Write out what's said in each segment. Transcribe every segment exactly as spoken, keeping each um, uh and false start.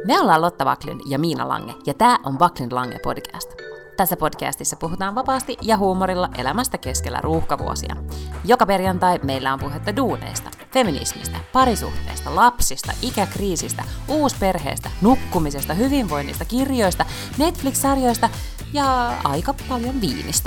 Me ollaan Lotta Wacklund ja Miina Lange, ja tää on Wacklund Lange podcast. Tässä podcastissa puhutaan vapaasti ja huumorilla elämästä keskellä ruuhkavuosia. Joka perjantai meillä on puhetta duuneista, feminismistä, parisuhteesta, lapsista, ikäkriisistä, uusperheestä, nukkumisesta, hyvinvoinnista, kirjoista, Netflix-sarjoista ja aika paljon viinistä.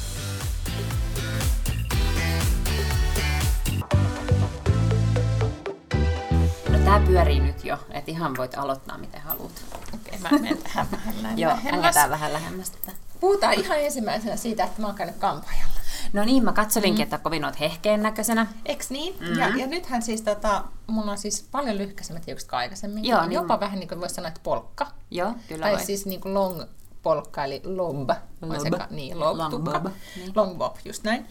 Tää pyörii nyt jo, että ihan voit aloittaa miten haluat. Okei, mä menen tähän vähän näin Joo, lähemmäs. vähän lähemmäs tätä. Puhutaan ihan ensimmäisenä siitä, että mä oon käynyt kampaajalla. No niin, mä katsolinkin, mm. että kovin oot hehkeen näköisenä. Eiks niin? Mm-hmm. Ja, ja nythän siis tota, mulla on siis paljon lyhkäisemmät hiukset kuin aikaisemmin. Joo, niin jopa niin. vähän niin kuin voisi sanoa, että polkka. Joo, kyllä Tai voi. siis niin kuin long polkka, eli lob. Lob. Seka, niin, lob, Long tukka. bob. Niin. Long bob, just näin.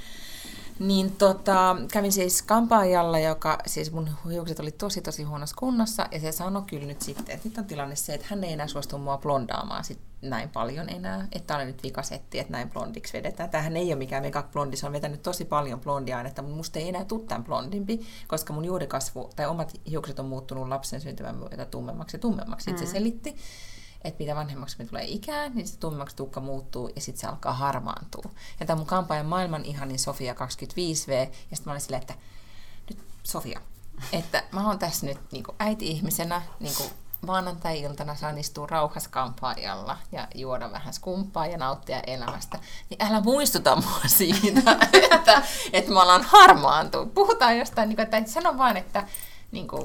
Niin tota, kävin siis kampaajalla, joka siis mun hiukset oli tosi tosi huonossa kunnossa, ja se sanoi kyllä nyt sitten, että nyt on tilanne se, että hän ei enää suostu mua blondaamaan sit näin paljon enää, että oli nyt vikasetti, että näin blondiksi vedetään. Tämähän ei ole mikään mega blondi, se on vetänyt tosi paljon blondia-ainetta, mutta musta ei enää tule tämän blondimpi, koska mun juurikasvu tai omat hiukset on muuttunut lapsen syntymän myötä tummemmaksi ja tummemmaksi. Sitten mm. se selitti, että mitä vanhemmaksi me tulee ikään, niin se tummemmaksi tukka muuttuu ja sitten se alkaa harmaantua. Ja tämä mun kampaajan maailman ihanin Sofia kaksikymmentäviisi vuotias, ja sitten mä olin silleen, että nyt Sofia, että mä oon tässä nyt niin kuin äiti-ihmisenä, niin kuin maanantai-iltana saan istua rauhassa kampaajalla ja juoda vähän skumppaa ja nauttia elämästä, niin älä muistuta mua siitä, että, että mä alan harmaantua. Puhutaan jostain, niin kuin, että sano vaan, että niin kuin,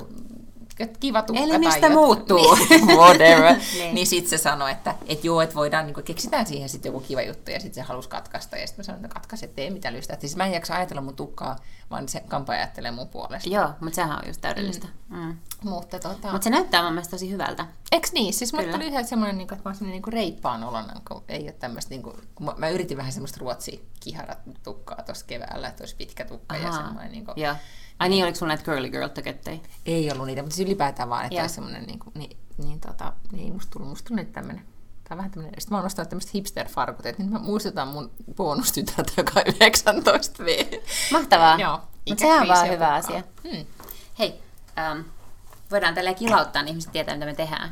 kiva tukka eli mistä tai muuttuu? Niin, whatever. niin. Niin sitten se sanoi, että et joo, että voidaan, niin keksitään siihen sitten joku kiva juttu, ja sitten se halusi katkaista, ja sitten mä sanoin, että katkaise, tee mitä lystää. Siis mä en jaksa ajatella mun tukkaa, vaan se kampaaja ajattelee mun puolesta. Joo, mutta sehän on just täydellistä. Mm. Mm. Mutta tota... Mut se näyttää mun mielestä tosi hyvältä. Eiks niin? Siis mulle tuli yhden semmoinen, että mä oon semmoinen niin reippaan olona, kun ei ole tämmöistä, niin kuin, kun mä yritin vähän semmoista ruotsi-kiharat-tukkaa tuossa keväällä, että olisi pitkä tukka. Aha. Ja semmoinen niin kuin... Ja. Ai niin, oliko sulla näitä girly girl-tökettejä? Ei ollut niitä, mutta siis ylipäätään vaan, että olisi semmoinen, niin, kuin, niin, niin, tota, niin musta tuli, musta tuli nyt tämmöinen. Tämä on vähän tämmöinen, sitten mä oon ostanut tämmöiset hipster-farkut, että nyt mä muistutan mun bonustytärtä, joka on yhdeksäntoista vuotias. Mahtavaa. Joo. Mutta sehän on vaan hyvä tukkaa. asia. Hmm. Hei, ähm, voidaan tälleen kilauttaa, niin ihmiset tietää, mitä me tehdään.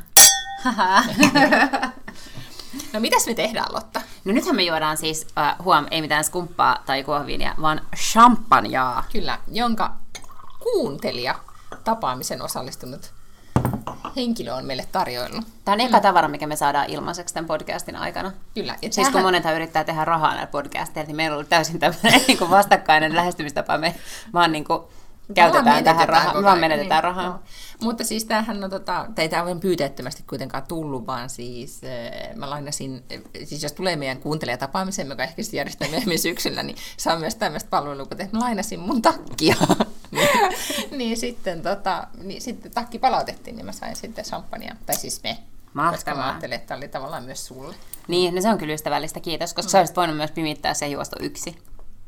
No mitäs me tehdään, Lotta? No nythän me juodaan siis, äh, huom, ei mitään skumppaa tai kuohviinia, vaan champanjaa. Kyllä, jonka kuuntelija, tapaamisen osallistunut henkilö on meille tarjoillut. Tämä on eka tavara, mikä me saadaan ilmaiseksi tämän podcastin aikana. Kyllä. Ja siis tähän... kun monethan yrittää tehdä rahaa näillä podcasteilla, niin meillä on ollut täysin tämmöinen niin kuin vastakkainen lähestymistapa. Me vaan niin kuin käytetään tähän rahaa. Me vaan menetetään niin, rahaa. No. Mutta siis tämähän on, tota, tai tämä on pyyteettömästi kuitenkaan tullut, vaan siis äh, mä lainasin, siis jos tulee meidän kuuntelijatapaamiseen, joka ehkä sitten järjestää myöhemmin syksyllä, niin saa myös tämmöistä palvelua, kun mä lainasin mun takkia. niin, niin, sitten, tota, niin sitten takki palautettiin, niin mä sain sitten champagnea, tai siis me. Mahtavaa. Koska mä ajattelin, että tämä oli tavallaan myös sulle. Niin, no se on kyllä ystävällistä, kiitos, koska mm. sä olisit voinut myös pimittää se juosto yksi.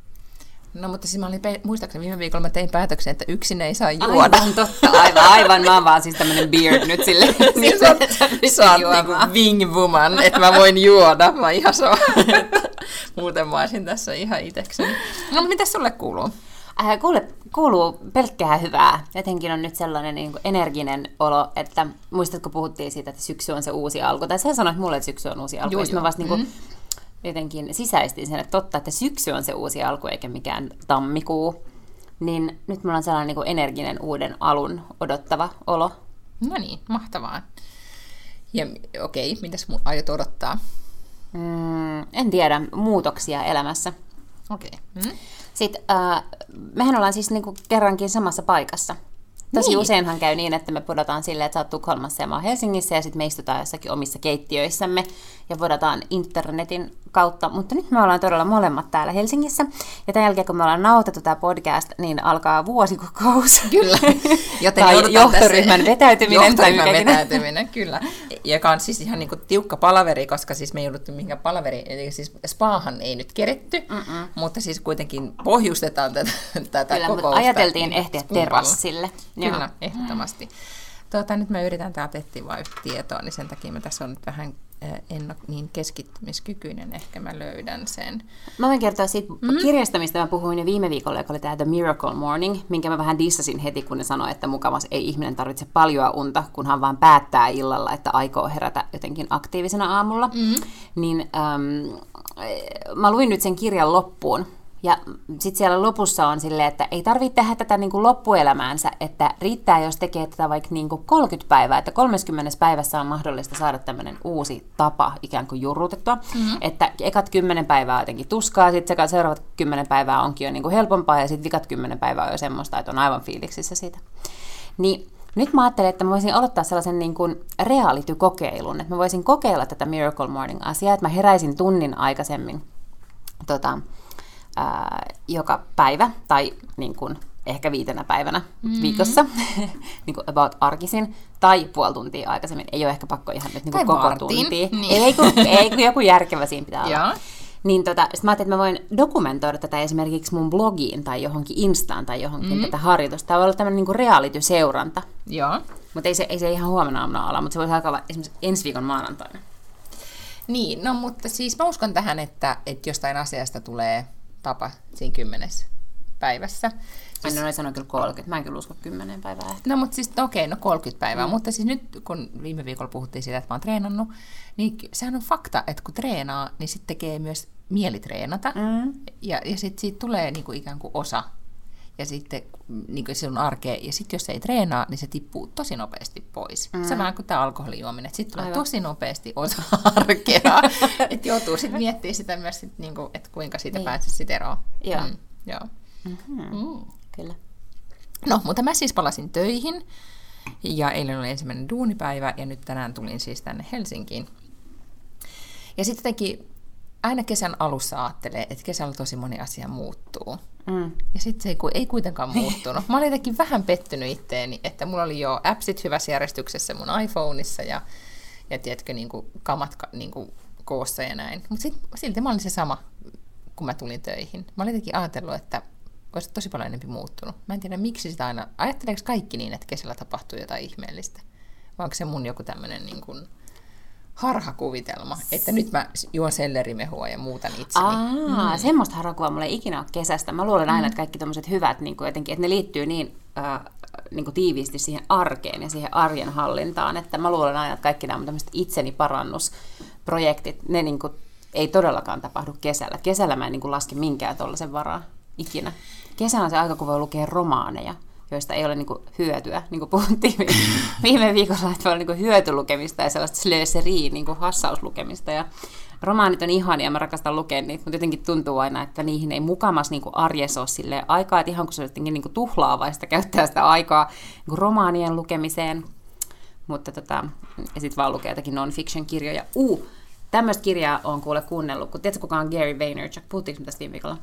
No mutta siis mä olin, muistaakseni viime viikolla mä tein päätöksen, että yksin ei saa juoda. Aivan totta, aivan, aivan. Mä oon vaan siis tämmönen beard nyt silleen. Siis sä, sä oot niinku wing woman, että mä voin juoda. Mä ihan so. Muuten mä olisin tässä ihan itekseni. No mitä sulle kuuluu? Äh, kuule, kuuluu pelkkää hyvää. Jotenkin on nyt sellainen niin kuin energinen olo, että muistatko puhuttiin siitä, että syksy on se uusi alku. Tai sä sanoit mulle, että syksy on uusi alku. Joo, joo. Mä vasta niin kuin, mm. jotenkin sisäistin sen, että totta, että syksy on se uusi alku eikä mikään tammikuu. Niin nyt mulla on sellainen niin kuin energinen uuden alun odottava olo. No niin, mahtavaa. Ja okei, okay, mitäs mun aiot odottaa? Mm, en tiedä, muutoksia elämässä. Okei. Okay. Mm. Sitten äh, mehän ollaan siis niinku kerrankin samassa paikassa. Tosi niin. Useinhan käy niin, että me podataan silleen, että sä oot Tukholmassa ja mä oon Helsingissä ja sitten me istutaan jossakin omissa keittiöissämme ja podataan internetin kautta. Mutta nyt me ollaan todella molemmat täällä Helsingissä. Ja tämän jälkeen, kun me ollaan nautettu tämä podcast, niin alkaa vuosikokous. Kyllä. Joten tai johtoryhmän tässä... vetäytyminen. Johtoryhmän vetäytyminen, kyllä. Joka on siis ihan niinku tiukka palaveri, koska siis me ei jouduttu mihinkään palaveri. Eli siis spaahan ei nyt keretty, Mm-mm. mutta siis kuitenkin pohjustetaan tätä, tätä kyllä, kokousta. Mutta ajateltiin ehtiä terassille. Kyllä, Joo. ehdottomasti. Tuota, nyt mä yritän täältä etsiä vaan yhtä tietoa, niin sen takia mä tässä on nyt vähän en ole niin keskittymiskykyinen, ehkä mä löydän sen. Mä voin kertoa siitä mm-hmm. kirjasta, mistä mä puhuin jo viime viikolla, joka oli tämä The Miracle Morning, minkä mä vähän dissasin heti, kun ne sanoi, että mukamas ei ihminen tarvitse paljoa unta, kunhan vaan päättää illalla, että aikoo herätä jotenkin aktiivisena aamulla. Mm-hmm. Niin ähm, mä luin nyt sen kirjan loppuun. Ja sitten siellä lopussa on silleen, että ei tarvitse tehdä tätä niin kuin loppuelämäänsä, että riittää, jos tekee tätä vaikka niin kuin kolmekymmentä päivää, että kolmekymmentä päivässä on mahdollista saada tämmöinen uusi tapa ikään kuin jurrutettua, mm-hmm. että ekat kymmenen päivää jotenkin tuskaa, sitten seuraavat kymmenen päivää onkin jo niin kuin helpompaa, ja sitten vikat kymmenen päivää on jo semmoista, että on aivan fiiliksissä siitä. Niin nyt mä ajattelin, että mä voisin aloittaa sellaisen niin kuin reality-kokeilun, että mä voisin kokeilla tätä Miracle Morning-asiaa, että mä heräisin tunnin aikaisemmin tota, Ää, joka päivä, tai niin kuin, ehkä viitenä päivänä mm-hmm. viikossa, niin kuin about arkisin, tai puoli tuntia aikaisemmin. Ei ole ehkä pakko ihan nyt niin kuin koko vartin. tuntia. Niin. Ei, kun, ei kun joku järkevä siinä pitää olla. Niin tota, sit mä ajattelin, että mä voin dokumentoida tätä esimerkiksi mun blogiin, tai johonkin Instaan, tai johonkin mm-hmm. tätä harjoitusta. Tämä voi olla tämmöinen niin kuin reality-seuranta. Joo. Mutta ei se, ei se ihan huomenna aamuna ala, mutta se voisi alkaa esimerkiksi ensi viikon maanantaina. Niin, no mutta siis mä uskon tähän, että, että jostain asiasta tulee tapa siinä kymmenessä päivässä. Siis, no, sanoin kyllä kolmekymmentä, mä en kyllä usko kymmenen päivää ehkä. No mutta siis okei, okay, no kolmekymmentä päivää, mm. mutta siis nyt kun viime viikolla puhuttiin siitä, että mä oon treenannut, niin sehän on fakta, että kun treenaa, niin sitten tekee myös mieli treenata, mm. ja, ja sitten siitä tulee niinku ikään kuin osa, ja sitten niinku se on arkea, ja sitten jos se ei treenaa, niin se tippuu tosi nopeasti pois. Mm. Se on vähän kuin tämä alkoholijuominen, että sitten tulee Aivan. tosi nopeasti osa arkea, että joutuu sitten miettimään sitä myös, sit, niinku, että kuinka siitä niin. pääsee sitten eroon. Joo. Mm, joo. Mm-hmm. Mm. Kyllä. No, mutta mä siis palasin töihin, ja eilen oli ensimmäinen duunipäivä, ja nyt tänään tulin siis tänne Helsinkiin. Ja sitten jotenkin aina kesän alussa ajattelee, että kesällä tosi moni asia muuttuu. Mm. Ja sitten se ei, ei kuitenkaan muuttunut. Mä olin jotenkin vähän pettynyt itteeni, että mulla oli jo appsit hyvässä järjestyksessä mun iPhoneissa, ja, ja tiedätkö, niin kuin kamat niin kuin koossa ja näin. Mutta silti mä olin se sama, kun mä tulin töihin. Mä olin jotenkin ajatellut, että olisi tosi paljon enemmän muuttunut. Mä en tiedä, miksi sitä aina... Ajatteleeko kaikki niin, että kesällä tapahtuu jotain ihmeellistä? Vai onko se mun joku tämmöinen niin kuin harhakuvitelma, että nyt mä juon sellerimehua ja muutan itseni? Aa, mm. semmoista harhakuvaa mulla ei ikinä ole kesästä. Mä luulen aina, mm. että kaikki tommoset hyvät, niin kuin jotenkin, että ne liittyy niin, äh, niin kuin tiiviisti siihen arkeen ja siihen arjen hallintaan, että mä luulen aina, että kaikki nämä tämmöiset itseni parannusprojektit, ne niin kuin ei todellakaan tapahdu kesällä. Kesällä mä en niin kuin laske minkään tollaisen varaa ikinä. Kesä on se aika, kun voi lukea romaaneja, joista ei ole niin kuin hyötyä, niin kuin puhuttiin viime viikolla, että voi olla niin kuin hyötylukemista ja sellaista slöseriä, niin kuin hassauslukemista. Ja romaanit on ihania, mä rakastan lukea niitä, mutta jotenkin tuntuu aina, että niihin ei mukamas niin kuin arjessa ole silleen aikaa, että ihan kun se on jotenkin niin kuin tuhlaavaista käyttää sitä aikaa niin kuin romaanien lukemiseen, mutta tota, ja sitten vaan lukee jotakin non-fiction-kirjoja. Uh, tämmöistä kirjaa on kuule kuunnellut, kun tiedätkö kuka on Gary Vaynerchuk, puhuttiinko me tästä viime viikolla?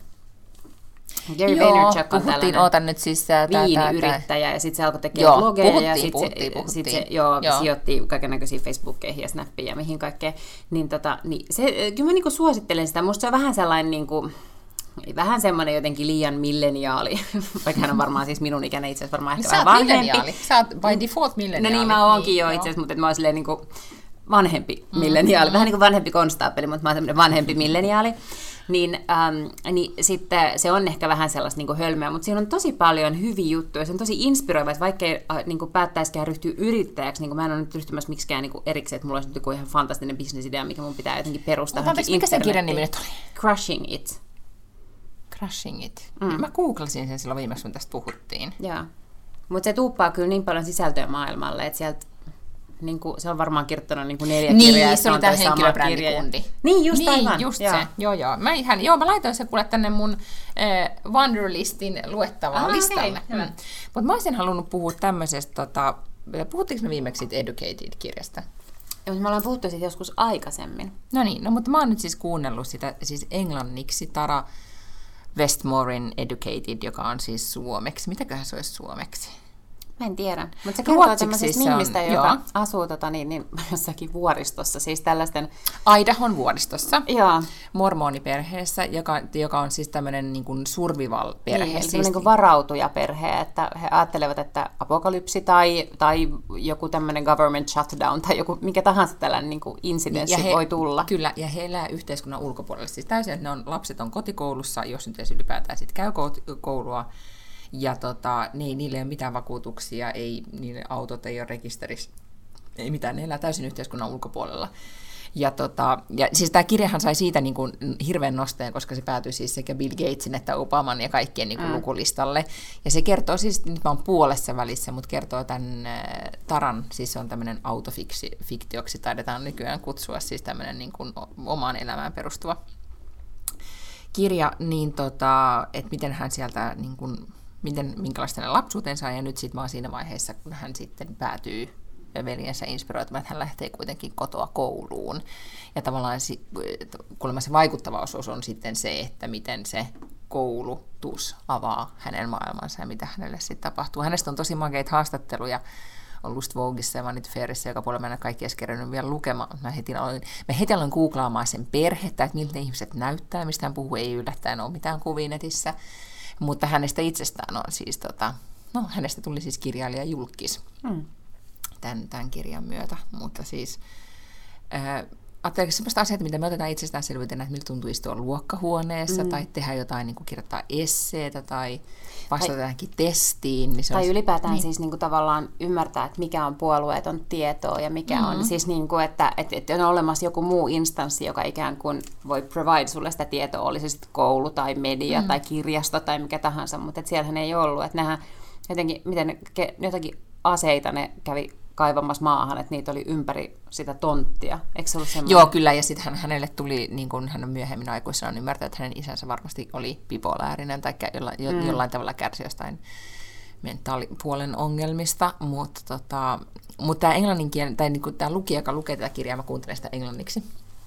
Gary Joo, Vaynerchuk on tällainen ootan nyt siis tää, viiniyrittäjä, ja sitten se alkoi tekemään blogeja, puhuttiin, ja sitten puhuttiin, se, puhuttiin. sit se joo, joo. sijoitti kaikennäköisiä Facebookkeihin ja Snappia ja mihin kaikkeen. Niin tota, niin se, kyllä mä niinku suosittelen sitä. Musta se on vähän sellainen, niinku, vähän semmoinen jotenkin liian milleniaali, vaikka hän on varmaan siis minun ikäinen itse asiassa varmaan ehkä vähän vanhempi. Sä oot milleniaali, sä oot by default milleniaali. No niin, mä oonkin niin, jo itse asiassa, mutta mä oon silleen niinku vanhempi milleniaali, mm-hmm. vähän niin kuin vanhempi konstaapeli, mutta mä oon semmoinen vanhempi milleniaali. Niin, ähm, niin sitten se on ehkä vähän sellaista niin kuin hölmöä, mutta siinä on tosi paljon hyviä juttuja. Se on tosi inspiroiva, että vaikka ei äh, niin kuin päättäisikään ryhtyä yrittäjäksi, niin kuin mä en ole nyt ryhtymässä miksikään niin kuin erikseen, että mulla olisi nyt joku ihan fantastinen bisnesidea, mikä mun pitää jotenkin perustaa. Mutta mikä sen kirjan nimi nyt oli? Crushing It. Crushing It. Mm. Mä googlasin sen silloin viimeksi, kun tästä puhuttiin. Joo. Mutta se tuuppaa kyllä niin paljon sisältöä maailmalle, että sieltä niin kuin, se on varmaan kirjoittanut niin kuin neljä niin, kirjaa. Niin, se oli tämä henkilöbrändikundi. Niin, just niin, aivan. just joo. se. Joo, joo. Mä, ihan, joo, mä laitoin sen kuule tänne mun äh, Wanderlistin luettavaan listalle. Mm. Mutta mä olisin halunnut puhua tämmöisestä, tota, puhuttiinko me viimeksi siitä Educated-kirjasta? Joo, me ollaan puhuttu siitä joskus aikaisemmin. No niin, no, mutta mä oon nyt siis kuunnellut sitä siis englanniksi Tara Westmoren Educated, joka on siis suomeksi. Mitäköhän se olisi suomeksi? Mä en tiedä, mutta se kertoo tämmöisestä mimmistä, on, joka joo. asuu tota, niin, niin, jossakin vuoristossa, siis tällaisten... Idahon vuoristossa, joo. mormoniperheessä, joka, joka on siis tämmöinen niin kuin survival-perhe. Niin, siis niin kuin varautujaperhe, että he ajattelevat, että apokalypsi tai, tai joku tämmöinen government shutdown tai joku mikä tahansa tällainen niin kuin incidenssi voi tulla. Kyllä, ja he elää yhteiskunnan ulkopuolella. Siis täysin, että ne on, lapset on kotikoulussa, jos nyt edes ylipäätään sit käy koulua, ja tota, ne ei, niille ei ole mitään vakuutuksia, ei, niille autot ei ole rekisterissä, ei mitään, ne elää täysin yhteiskunnan ulkopuolella. Ja, tota, ja siis tämä kirjahan sai siitä niin kuin hirveän nosteen, koska se päätyi siis sekä Bill Gatesin että Obaman ja kaikkien niin kuin mm. lukulistalle. Ja se kertoo siis, nyt mä oon puolessa välissä, mutta kertoo tämän äh, Taran, siis se on tämmöinen autofiktioksi, taidetaan nykyään kutsua, siis tämmöinen niin kuin omaan elämään perustuva kirja, niin tota, että miten hän sieltä, niin kuin, miten, minkälaista hänen lapsuutensa, ja nyt sitten mä oon siinä vaiheessa, kun hän sitten päätyy veljensä inspiroitumaan, että hän lähtee kuitenkin kotoa kouluun. Ja tavallaan kuulemma se vaikuttava osuus on sitten se, että miten se koulutus avaa hänen maailmansa ja mitä hänelle sitten tapahtuu. Hänestä on tosi makeita haastatteluja ollut Vogueissa ja Vanity Fairissa, joka puolella mä en kaikki edes kerännyt vielä lukemaan. Mä heti aloin, mä heti aloin googlaamaan sen perhettä, että miltä ne ihmiset näyttää, mistä hän puhuu, ei yllättäen ole mitään kuvia netissä. Mutta hänestä itsestään on siis, tota, no hänestä tuli siis kirjailija julkis. Hmm. Tämän, tämän kirjan myötä, mutta siis äh, ajatteliko sellaista asiaa, mitä me otetaan itsestäänselvyytenä, että miltä tuntuu istua luokkahuoneessa mm. tai tehdä jotain, niin kuin kirjoittaa esseitä tai vastata johonkin testiin. Niin se tai olisi, ylipäätään niin. siis niin kuin tavallaan ymmärtää, että mikä on puolueeton tietoa ja mikä mm-hmm. on siis niin kuin, että, että, että on olemassa joku muu instanssi, joka ikään kuin voi provide sulle sitä tietoa, oli se sitten koulu tai media mm. tai kirjasto tai mikä tahansa, mutta että siellähän ei ollut, että nehän jotenkin, miten ne, jotakin aseita ne kävi kaivamassa maahan, että niitä oli ympäri sitä tonttia. Eikö se ollut semmoinen? Joo, kyllä, ja sitten hänelle tuli, niin kuin hän on myöhemmin aikuisena on ymmärtänyt, että hänen isänsä varmasti oli bipolaarinen tai jolla, jo, mm. jollain tavalla kärsi jostain mentaalipuolen ongelmista, mutta, tota, mutta tämä englanninkielinen, tai niin kuin tämä lukija, joka lukee tätä kirjaa, mä kuuntelen sitä englanniksi,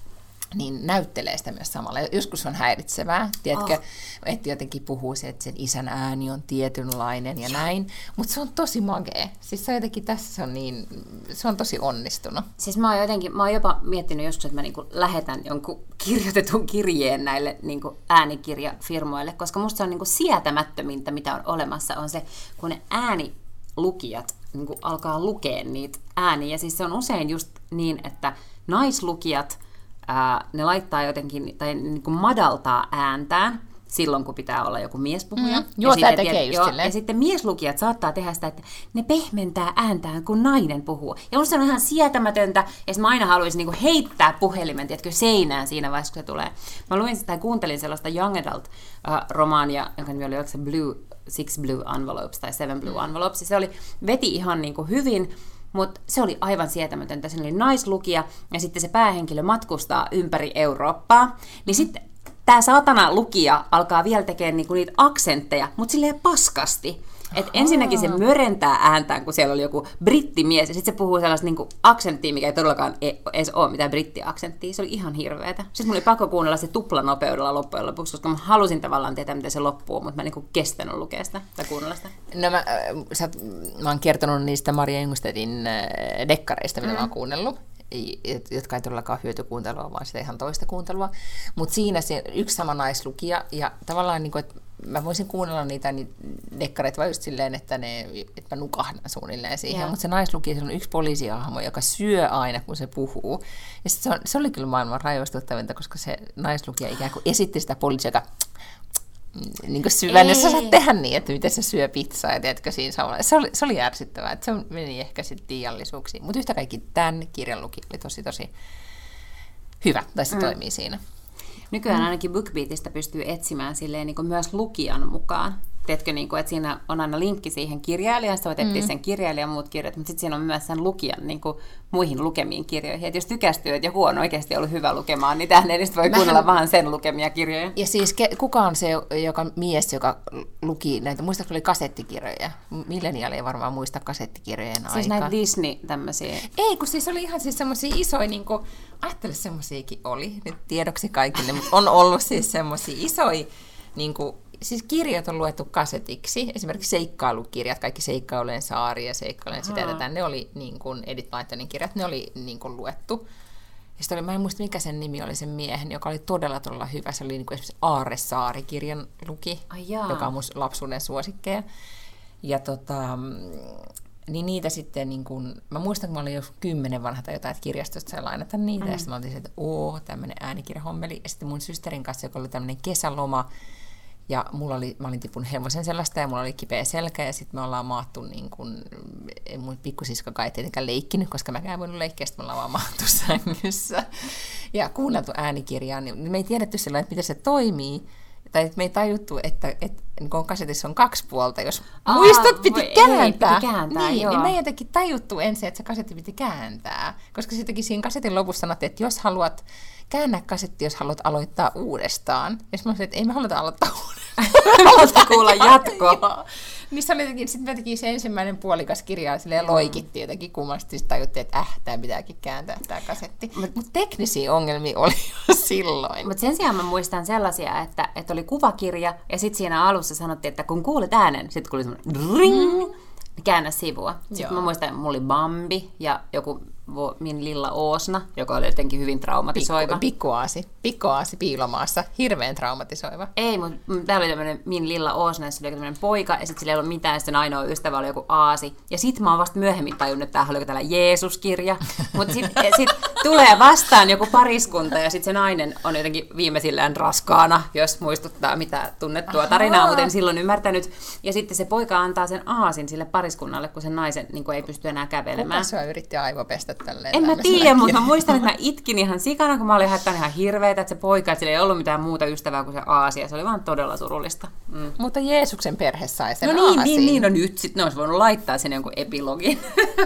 niin näyttelee sitä myös samalla. Joskus on häiritsevää, tiedätkö, oh. että jotenkin puhuu se, että sen isän ääni on tietynlainen ja näin, mutta se on tosi magee. Siis se on jotenkin tässä se on niin, se on tosi onnistunut. Siis mä oon jotenkin, mä oon jopa miettinyt joskus, että mä niinku lähetän jonkun kirjoitetun kirjeen näille niinku äänikirjafirmoille, koska musta se on niinku sietämättömintä, mitä on olemassa, on se, kun ne äänilukijat niinku alkaa lukea niitä ääniä. Siis se on usein just niin, että naislukijat Ää, ne laittaa jotenkin, tai niin kuin madaltaa ääntään silloin, kun pitää olla joku miespuhuja. Mm, joo, tämä tekee just jo, silleen. Ja sitten mieslukijat saattaa tehdä sitä, että ne pehmentää ääntään, kun nainen puhuu. Ja minusta se on ihan sietämätöntä, ja mä aina haluaisin niin kuin heittää puhelimen, tiedätkö, seinään siinä vaiheessa, kun se tulee. Mä luin tai kuuntelin sellaista Young Adult-romaania, jonka nimi oli, oliko se Blue, Six Blue Envelopes tai Seven Blue Envelopes. Se oli, veti ihan niin kuin hyvin, mutta se oli aivan sietämätöntä. Se oli naislukija, ja sitten se päähenkilö matkustaa ympäri Eurooppaa. Niin sitten tämä saatana lukija alkaa vielä tekemään niinku niitä aksentteja, mutta silleen paskasti. Et ensinnäkin se mörentää ääntään, kun siellä oli joku brittimies, ja sitten se puhuu sellaista niinku aksenttia, mikä ei todellakaan edes ole mitään brittiaksenttia. Se oli ihan hirveetä. Sitten mun oli pakko kuunnella se tuplanopeudella loppujen lopuksi, koska mä halusin tavallaan tietää, miten se loppuu, mutta mä en niinku kestänyt lukea sitä tai kuunnella sitä. No mä, sä, mä oon kertonut niistä Maria Ljungstedin dekkareista, mitä mm. mä oon kuunnellut, jotka ei todellakaan hyötykuuntelua, vaan sitä ihan toista kuuntelua. Mutta siinä se yksi sama naislukija, ja tavallaan niin kuin, että mä voisin kuunnella niitä niin dekkareita vaan just silleen, että, ne, että mä nukahdan suunnilleen siihen. Yeah. Mutta se naislukija, se on yksi poliisihahmo, joka syö aina, kun se puhuu. Ja se, on, se oli kyllä maailman raivostuttavinta, koska se naislukija ikään kuin esitti sitä poliisia, joka niin kuin syvän, jos sä saat tehdä niin, että miten se syö pizzaa, ja tiedätkö, siinä samalla. Se oli, se oli ärsyttävää, että se meni ehkä sitten liiallisuuksiin. Mutta yhtä kaikki tämän kirjan luki oli tosi tosi hyvä, tai se mm. toimii siinä. Nykyään ainakin BookBeatista pystyy etsimään silleen niin kuin myös lukijan mukaan. Tiedätkö, niin kuin, että siinä on aina linkki siihen kirjailijaan, sä voit etsiä mm. sen kirjailijan muut kirjat, mutta sitten siinä on myös sen lukijan niin kuin, muihin lukemiin kirjoihin. Et jos tykästyy, että joku on oikeasti ollut hyvä lukemaan, niin tähän edes voi kuunnella vähän sen lukemia kirjoja. Ja siis ke, kuka on se joka, mies, joka luki näitä, muistatko oli kasettikirjoja? Milleniaali ei varmaan muista kasettikirjojen aikaa. Siis näitä Disney tämmöisiä. Ei, kun siis oli ihan siis semmoisia isoja, niin kuin, ajattele semmoisiakin oli, nyt tiedoksi kaikille, mutta on ollut siis semmoisia isoja, niin kuin siis kirjat on luettu kasetiksi. Esimerkiksi seikkailukirjat, kaikki Seikkailujen saari ja Seikkailujen sitä ja tätä, ne oli niin kuin Edith Blytonin kirjat, ne oli niin kuin luettu. Ja sitten oli, mä en muista mikä sen nimi oli sen miehen, joka oli todella todella hyvä. Se oli niin kuin esimerkiksi Aarresaari-kirjan luki, joka on mun lapsuuden suosikkeja. Ja tota, niin niitä sitten, niin kun, mä muistan, kun mä olin jo kymmenen vanha tai jotain, että kirjastosta sai lainata niitä. Mm. Ja sitten mä oltiin että ooo, tämmöinen äänikirjahommeli. Ja sitten mun systerin kanssa, joka oli tämmöinen kesäloma. Ja mulla oli, mä olin tipunut hevosen sellaista ja mulla oli kipeä selkä. Ja sitten me ollaan maattu, niin kun, mun pikkusiskokaan ei tietenkään leikkinyt, koska mäkään en voinut leikkiä. Sitten me ollaan vaan maattu sängyssä. Ja kuunneltu äänikirjaa, niin me ei tiedetty silloin, että miten se toimii. Tai että me ei tajuttu, että, että niin kun kasetissa on kaksi puolta, jos Aa, muistot piti voi, kääntää. Ei, piti kääntää niin, niin me ei jotenkin tajuttu ensin, että se kasetti piti kääntää. Koska sittenkin siinä kasetin lopussa sanottiin, että jos haluat, käännä kasetti, jos haluat aloittaa uudestaan. Ja sitten mä sanoin, että ei me haluta aloittaa uudestaan. Haluatko kuulla jatko? Niin se oli jotenkin, sitten me teki se ensimmäinen puolikas kirjaa silleen loikittiin jotenkin kummasti. Sitten tajuttiin, että äh, tämä pitääkin kääntää tämä kasetti. Mutta mut teknisiä ongelmia oli jo silloin. Mutta sen sijaan mä muistan sellaisia, että, että oli kuvakirja ja sitten siinä alussa sanottiin, että kun kuulet äänen, sitten kuuli semmoinen ring, mm. käännä sivua. Sitten Joo. mä muistan, että mulla oli Bambi ja joku Min Lilla Oosna, joka oli jotenkin hyvin traumatisoiva. Pikkuaasi. Pikkuaasi piilomaassa. Hirveän traumatisoiva. Ei, mutta täällä oli tämmöinen Min Lilla Oosna, se oli tämmöinen poika, ja sitten sillä ei ollut mitään, ja sitten ainoa ystävä oli joku aasi. Ja sitten mä oon vasta myöhemmin tajunnut, että tämähän oli täällä Jeesus-kirja. Mutta sitten sit tulee vastaan joku pariskunta, ja sitten se nainen on jotenkin viimeisillään raskaana, jos muistuttaa mitä tunnettua tarinaa, mutta en silloin ymmärtänyt. Ja sitten se poika antaa sen aasin sille pariskunnalle, kun sen naisen niin ei pysty enää kävelemään. Kuka sua yritti aivopestä? En mä tiedä, mutta mä muistan, että mä itkin ihan sikana, kun mä olin haittanut ihan hirveetä, että se poika, että sillä ei ollut mitään muuta ystävää kuin se aasia. Se oli vaan todella surullista. Mm. Mutta Jeesuksen perhe sai sen no niin, aasin. niin, niin, no nyt sitten ne olisi voinut laittaa sen jonkun epilogin.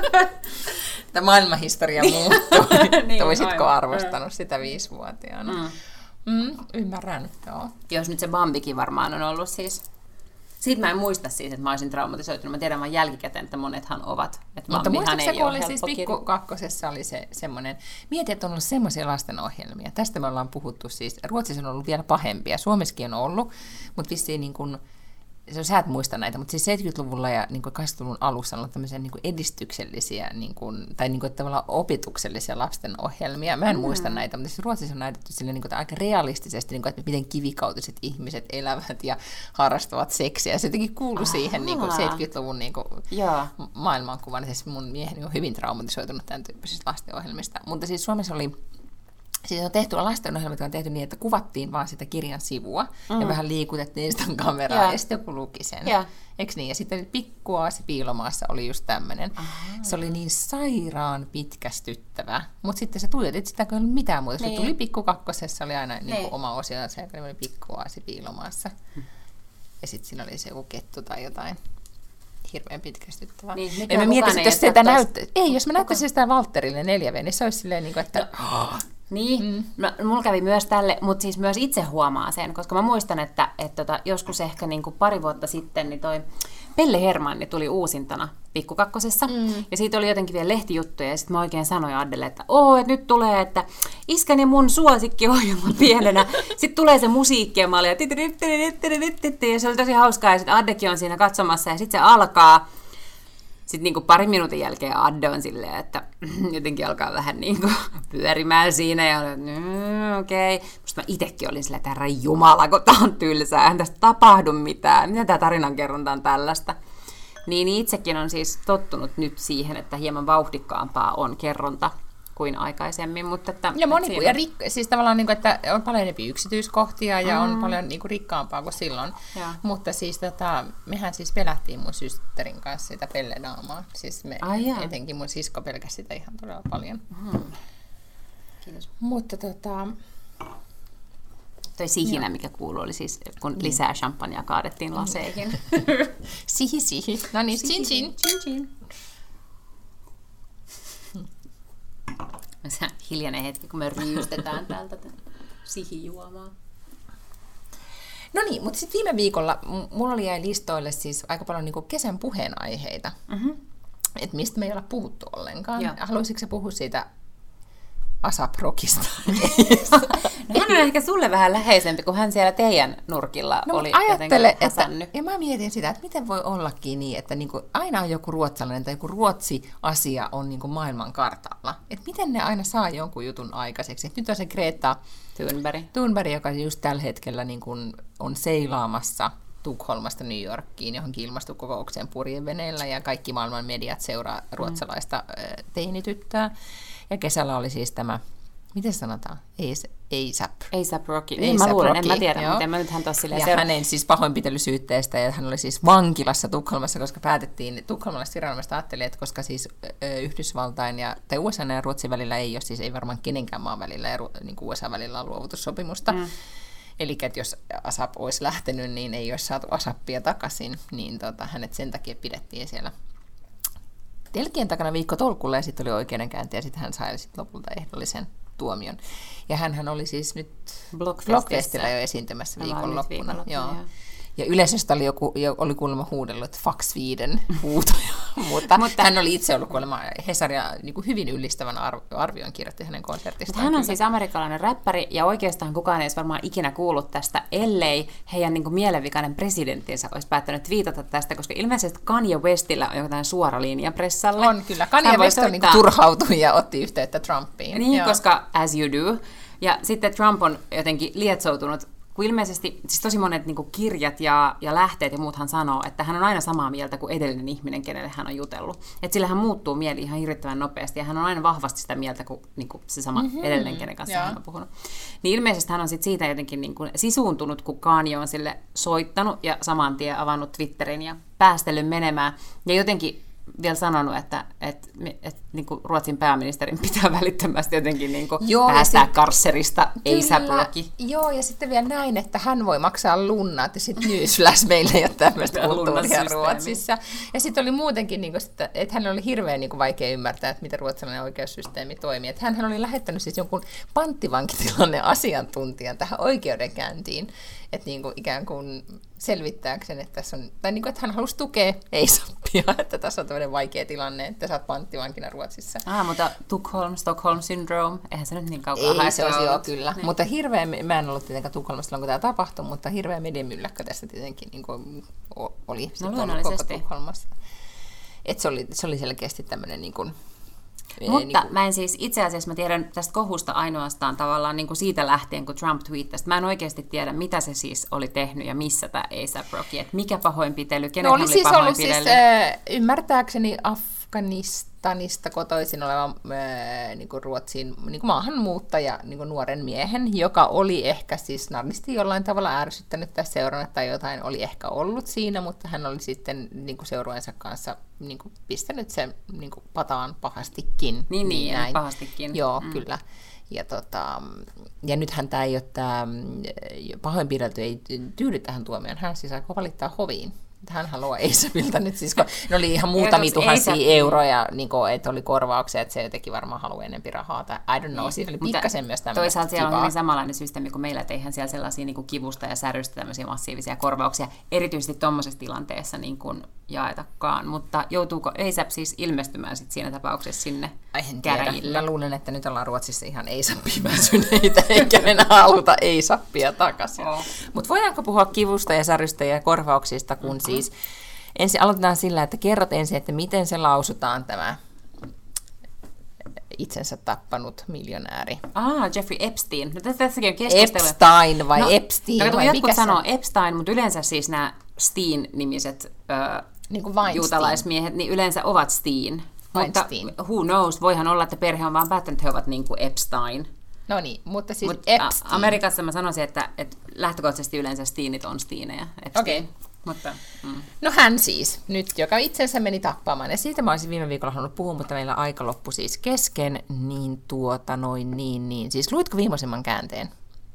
Tämä maailmanhistoria muuttui. niin, Toisitko arvostanut sitä viisivuotiaana? Mm. Mm, ymmärrän, joo. Jos nyt se Bambikin varmaan on ollut siis... Siitä mä en muista siis, että mä olisin traumatisoitunut. Mä tiedän vaan jälkikäteen, että monethan ovat. Että mutta muistatko se, oli siis pikku kakkosessa oli se semmoinen, mieti, että on ollut semmoisia lastenohjelmia. Tästä me ollaan puhuttu siis. Ruotsissa on ollut vielä pahempia. Suomessakin on ollut, mutta vissiin niin kuin, sä et muista näitä, mutta siis seitsemänkymmentäluvulla ja niin kuin kahdeksankymmentäluvun alussa on ollut tämmöisiä niin kuin edistyksellisiä niin kuin, tai niin kuin tavallaan opetuksellisia lastenohjelmia. Mä en mm. muista näitä, mutta siis Ruotsissa on näytetty silleen, niin kuin, aika realistisesti, niin kuin, että miten kivikautiset ihmiset elävät ja harrastavat seksiä. Se jotenkin kuului siihen niin kuin seitsemänkymmentäluvun niin kuin maailmankuvaan. Siis mun mieheni on hyvin traumatisoitunut tämän tyyppisistä lastenohjelmista. Mutta siis Suomessa oli Siis on tehty lastenohjelmat, on tehty niin, että kuvattiin vaan sitä kirjan sivua mm. ja vähän liikutettiin sitä kameraa ja, ja sitten joku luki sen. Ja. Eikö niin? Ja sitten Pikkuaasi piilomaassa oli just tämmöinen. Se oli niin sairaan pitkästyttävä, mutta sitten sä tuijotit sitä, kun ei ollut mitään muuta. Niin. Se tuli Pikku kakkosessa, oli aina niin kuin oma osio, se oli Pikkuaasi piilomaassa. Hmm. Ja sitten siinä oli se joku kettu tai jotain. Hirveän pitkästyttävää. Niin, en mä mietin, jos sitä näyttäisi. Ei, jos mä näyttäisin sitä Valtterille neljä V, niin se olisi silleen, niin kuin, että... No. Niin, mm. no, mulla kävi myös tälle, mutta siis myös itse huomaa sen, koska mä muistan, että et tota, joskus ehkä niinku pari vuotta sitten niin toi Pelle Hermanni tuli uusintana Pikkukakkosessa, mm. ja siitä oli jotenkin vielä lehtijuttuja, ja sitten mä oikein sanoin Addelle, että oo, että nyt tulee, että iskäni mun suosikkiohjelma pienenä, sitten tulee se musiikki, ja mä olin, ja se oli tosi hauskaa, ja sitten Addekin on siinä katsomassa, ja sitten se alkaa. Sitten niin kuin parin minuutin jälkeen Adde on silleen, että jotenkin alkaa vähän niin kuin pyörimään siinä ja olen, mm, okei. Okay. Musta mä itsekin olin silleen, että herra jumala, kun tää on tylsää, eihän tästä tapahdu mitään. Miten tää tarinankerronta on tällaista? Niin itsekin on siis tottunut nyt siihen, että hieman vauhdikkaampaa on kerronta kuin aikaisemmin. Mutta että, ja moni, siinä... ja rik- siis tavallaan, niin kuin, että on paljon enemmän yksityiskohtia ja mm. on paljon niin kuin, rikkaampaa kuin silloin. Ja. Mutta siis tota, mehän siis pelättiin mun systerin kanssa sitä pellenaamaa. Siis me, Ai etenkin mun sisko pelkäsi sitä ihan todella paljon. Mm. Kiitos. Mutta tota... Toi sihinä, mikä kuului, oli siis, kun niin. lisää champagnea kaadettiin laseihin. sihi, sihi. No niin, chin chin. chin, chin. Se hiljainen hetki, kun me ryystetään täältä sihijuomaa. No niin, mutta sitten viime viikolla mulla oli jäi listoille siis aika paljon niinku kesän puheenaiheita. Mm-hmm. Että mistä me ei olla puhuttu ollenkaan. Ja. Haluaisitko sä puhua siitä ASAP Rockista. No, hän on ehkä sulle vähän läheisempi, kun hän siellä teidän nurkilla no, oli ajattele, jotenkin että, häsännyt. ja mä mietin sitä, että miten voi ollakin niin, että niinku aina on joku ruotsalainen tai joku ruotsi-asia on niinku maailman kartalla. Että miten ne aina saa jonkun jutun aikaiseksi. Et nyt on se Greta Thunberg. Thunberg, joka just tällä hetkellä niinku on seilaamassa Tukholmasta New Yorkiin johonkin ilmastokokoukseen purjeveneellä ja kaikki maailman mediat seuraa ruotsalaista mm. teinityttöä. Ja kesällä oli siis tämä, miten sanotaan, ASAP. ASAP Rocky. Niin mä luulen, en mä tiedä, joo. miten mä nyt hän silleen ja seura- hänen siis pahoinpitelysyytteestä, ja hän oli siis vankilassa Tukholmassa, koska päätettiin, tukholmalaiset viranomaiset ajattelivat, että koska siis ö, Yhdysvaltain ja, tai U S A ja Ruotsin välillä ei ole, siis ei varmaan kenenkään maan välillä, ja niin kuin U S A välillä on luovutussopimusta, mm. Eli että jos ASAP olisi lähtenyt, niin ei olisi saatu ASAPia takaisin, niin tota, hänet sen takia pidettiin siellä telkien takana viikko tolkulla, ja sitten oli oikeudenkäynti, ja sitten hän sai sit lopulta ehdollisen tuomion. Ja hänhän oli siis nyt Blockfestillä jo esiintymässä viikonloppuna. Joo. Ja yleisöstä oli, joku, oli kuulemma huudellut, että fuck Sweden huutoja, mutta, mutta hän oli itse ollut kuulemma Hesaria niin kuin hyvin ylistävän arvion kirjoitti hänen konsertistaan. Hän on siis amerikkalainen räppäri, ja oikeastaan kukaan ei olisi varmaan ikinä kuullut tästä, ellei heidän niin kuin mielenvikainen presidenttinsä olisi päättänyt viitata tästä, koska ilmeisesti Kanye Westillä on jotain suora linja pressalle. On kyllä, Kanye West on niin turhautui ja otti yhteyttä Trumpiin. Niin, joo. Koska as you do. Ja sitten Trump on jotenkin lietsoutunut, kun ilmeisesti siis tosi monet niin kuin kirjat ja, ja lähteet ja muuthan sanoo, että hän on aina samaa mieltä kuin edellinen ihminen, kenelle hän on jutellut. Että sillä hän muuttuu mieli ihan hirvittävän nopeasti, ja hän on aina vahvasti sitä mieltä kuin, niin kuin se sama mm-hmm. edellinen, kenen kanssa yeah. hän on puhunut. Niin ilmeisesti hän on sit siitä jotenkin niin kuin sisuuntunut, kun Kanye on sille soittanut ja saman tien avannut Twitterin ja päästellyt menemään. Ja jotenkin vielä sanonut, että, että, että, että niin kuin Ruotsin pääministerin pitää välittömästi jotenkin niin kuin joo, päästää sit, karsserista ASAP Rocky. Joo, ja sitten vielä näin, että hän voi maksaa lunnat, ja sitten newsflash meillä ei ole tämmöistä kulttuuria Ruotsissa. Ja sitten oli muutenkin, niin kuin, että hän oli hirveän niin kuin vaikea ymmärtää, että miten ruotsalainen oikeussysteemi toimii. Että hän oli lähettänyt siis jonkun panttivankitilanne asiantuntijan tähän oikeudenkäyntiin, että niin kuin ikään kuin selvittääkseen, että tässä on, tai niin kuin, että hän halusi tukea ASAPia, että tässä on tämmöinen vaikea tilanne, että sä oot panttivankina Ruotsissa. Ah, mutta Tukholm, Stockholm syndrome, eihän se nyt niin kauan haettu. Ei, se olisi joo, kyllä. Niin. Mutta hirveä, mä en ollut tietenkään Tukholmassa, kun tämä tapahtui, mutta hirveä mediamylläkkä tästä tietenkin niin kuin oli no, koko Tukholmassa. Että se oli, se oli selkeästi tämmöinen niin kuin, mutta niin kuin mä en siis, itse asiassa mä tiedän tästä kohusta ainoastaan tavallaan niin kuin siitä lähtien, kun Trump twiittasi. Mä en oikeasti tiedä, mitä se siis oli tehnyt ja missä tämä ASAP Rocky, että mikä pahoinpitely, kenen no, oli, oli siis pahoinpidely. Ollut siis, äh, ymmärtääkseni Afganistanista kotoisin oleva äh, niin kuin Ruotsin niin kuin maahanmuuttaja, niin kuin nuoren miehen, joka oli ehkä siis narnisti jollain tavalla ärsyttänyt tai seurannut tai jotain oli ehkä ollut siinä, mutta hän oli sitten niin kuin seurueensa kanssa niin kuin pistänyt sen niin kuin pataan pahastikin. Niin, niin näin. Pahastikin. Joo, mm. kyllä. Ja, tota, ja nythän tämä ei ole tämä pahoinpidelty, ei tyydy tähän tuomioon. Hän siis aikoo valittaa hoviin. Hän haluaa ASAPilta nyt siis, kun ne oli ihan muutamia tuhansia euroja, niin kuin, että oli korvauksia, että se jotenkin varmaan haluaa enempi rahaa. Tai I don't know, niin. Siinä oli pikkasen myös tämmöistä toisaalta siellä kivaa. On hyvin samanlainen systeemi kuin meillä, että eihän siellä sellaisia niin kuin kivusta ja särystä tämmöisiä massiivisia korvauksia, erityisesti tuommoisessa tilanteessa niin kuin jaetakaan. Mutta joutuuko ASAP siis ilmestymään sit siinä tapauksessa sinne käräjille? Mä luulen, että nyt ollaan Ruotsissa ihan ASAPia väsyneitä, eikä enää haluta ASAPia takaisin. Oh. Mutta voidaanko puhua kivusta ja särystä ja korvauksista, kun mm-hmm. siis ensin aloitetaan sillä, että kerrot ensin, että miten se lausutaan tämä itsensä tappanut miljonääri. Ah, Jeffrey Epstein. No, tässäkin on keskustelu. Epstein vai no, Epstein? No, vai jotkut mikä sanoo Epstein, mutta yleensä siis nämä Steen-nimiset ö, niin juutalaismiehet niin yleensä ovat Steen. Weinstein. Mutta who knows, voihan olla, että perhe on vaan päättänyt, että he ovat niin kuin Epstein. No niin, mutta siis Mut Epstein. Amerikassa mä sanoisin, että, että lähtökohtaisesti yleensä Steenit on Steenejä. Okei. Okay. Mutta, mm. No hän siis, nyt, joka itsensä meni tappamaan. Ja siitä mä olisin viime viikolla halunnut puhua, mutta meillä aika loppu siis kesken. Niin tuota, noin niin, niin. Siis luitko viimeisimman käänteen?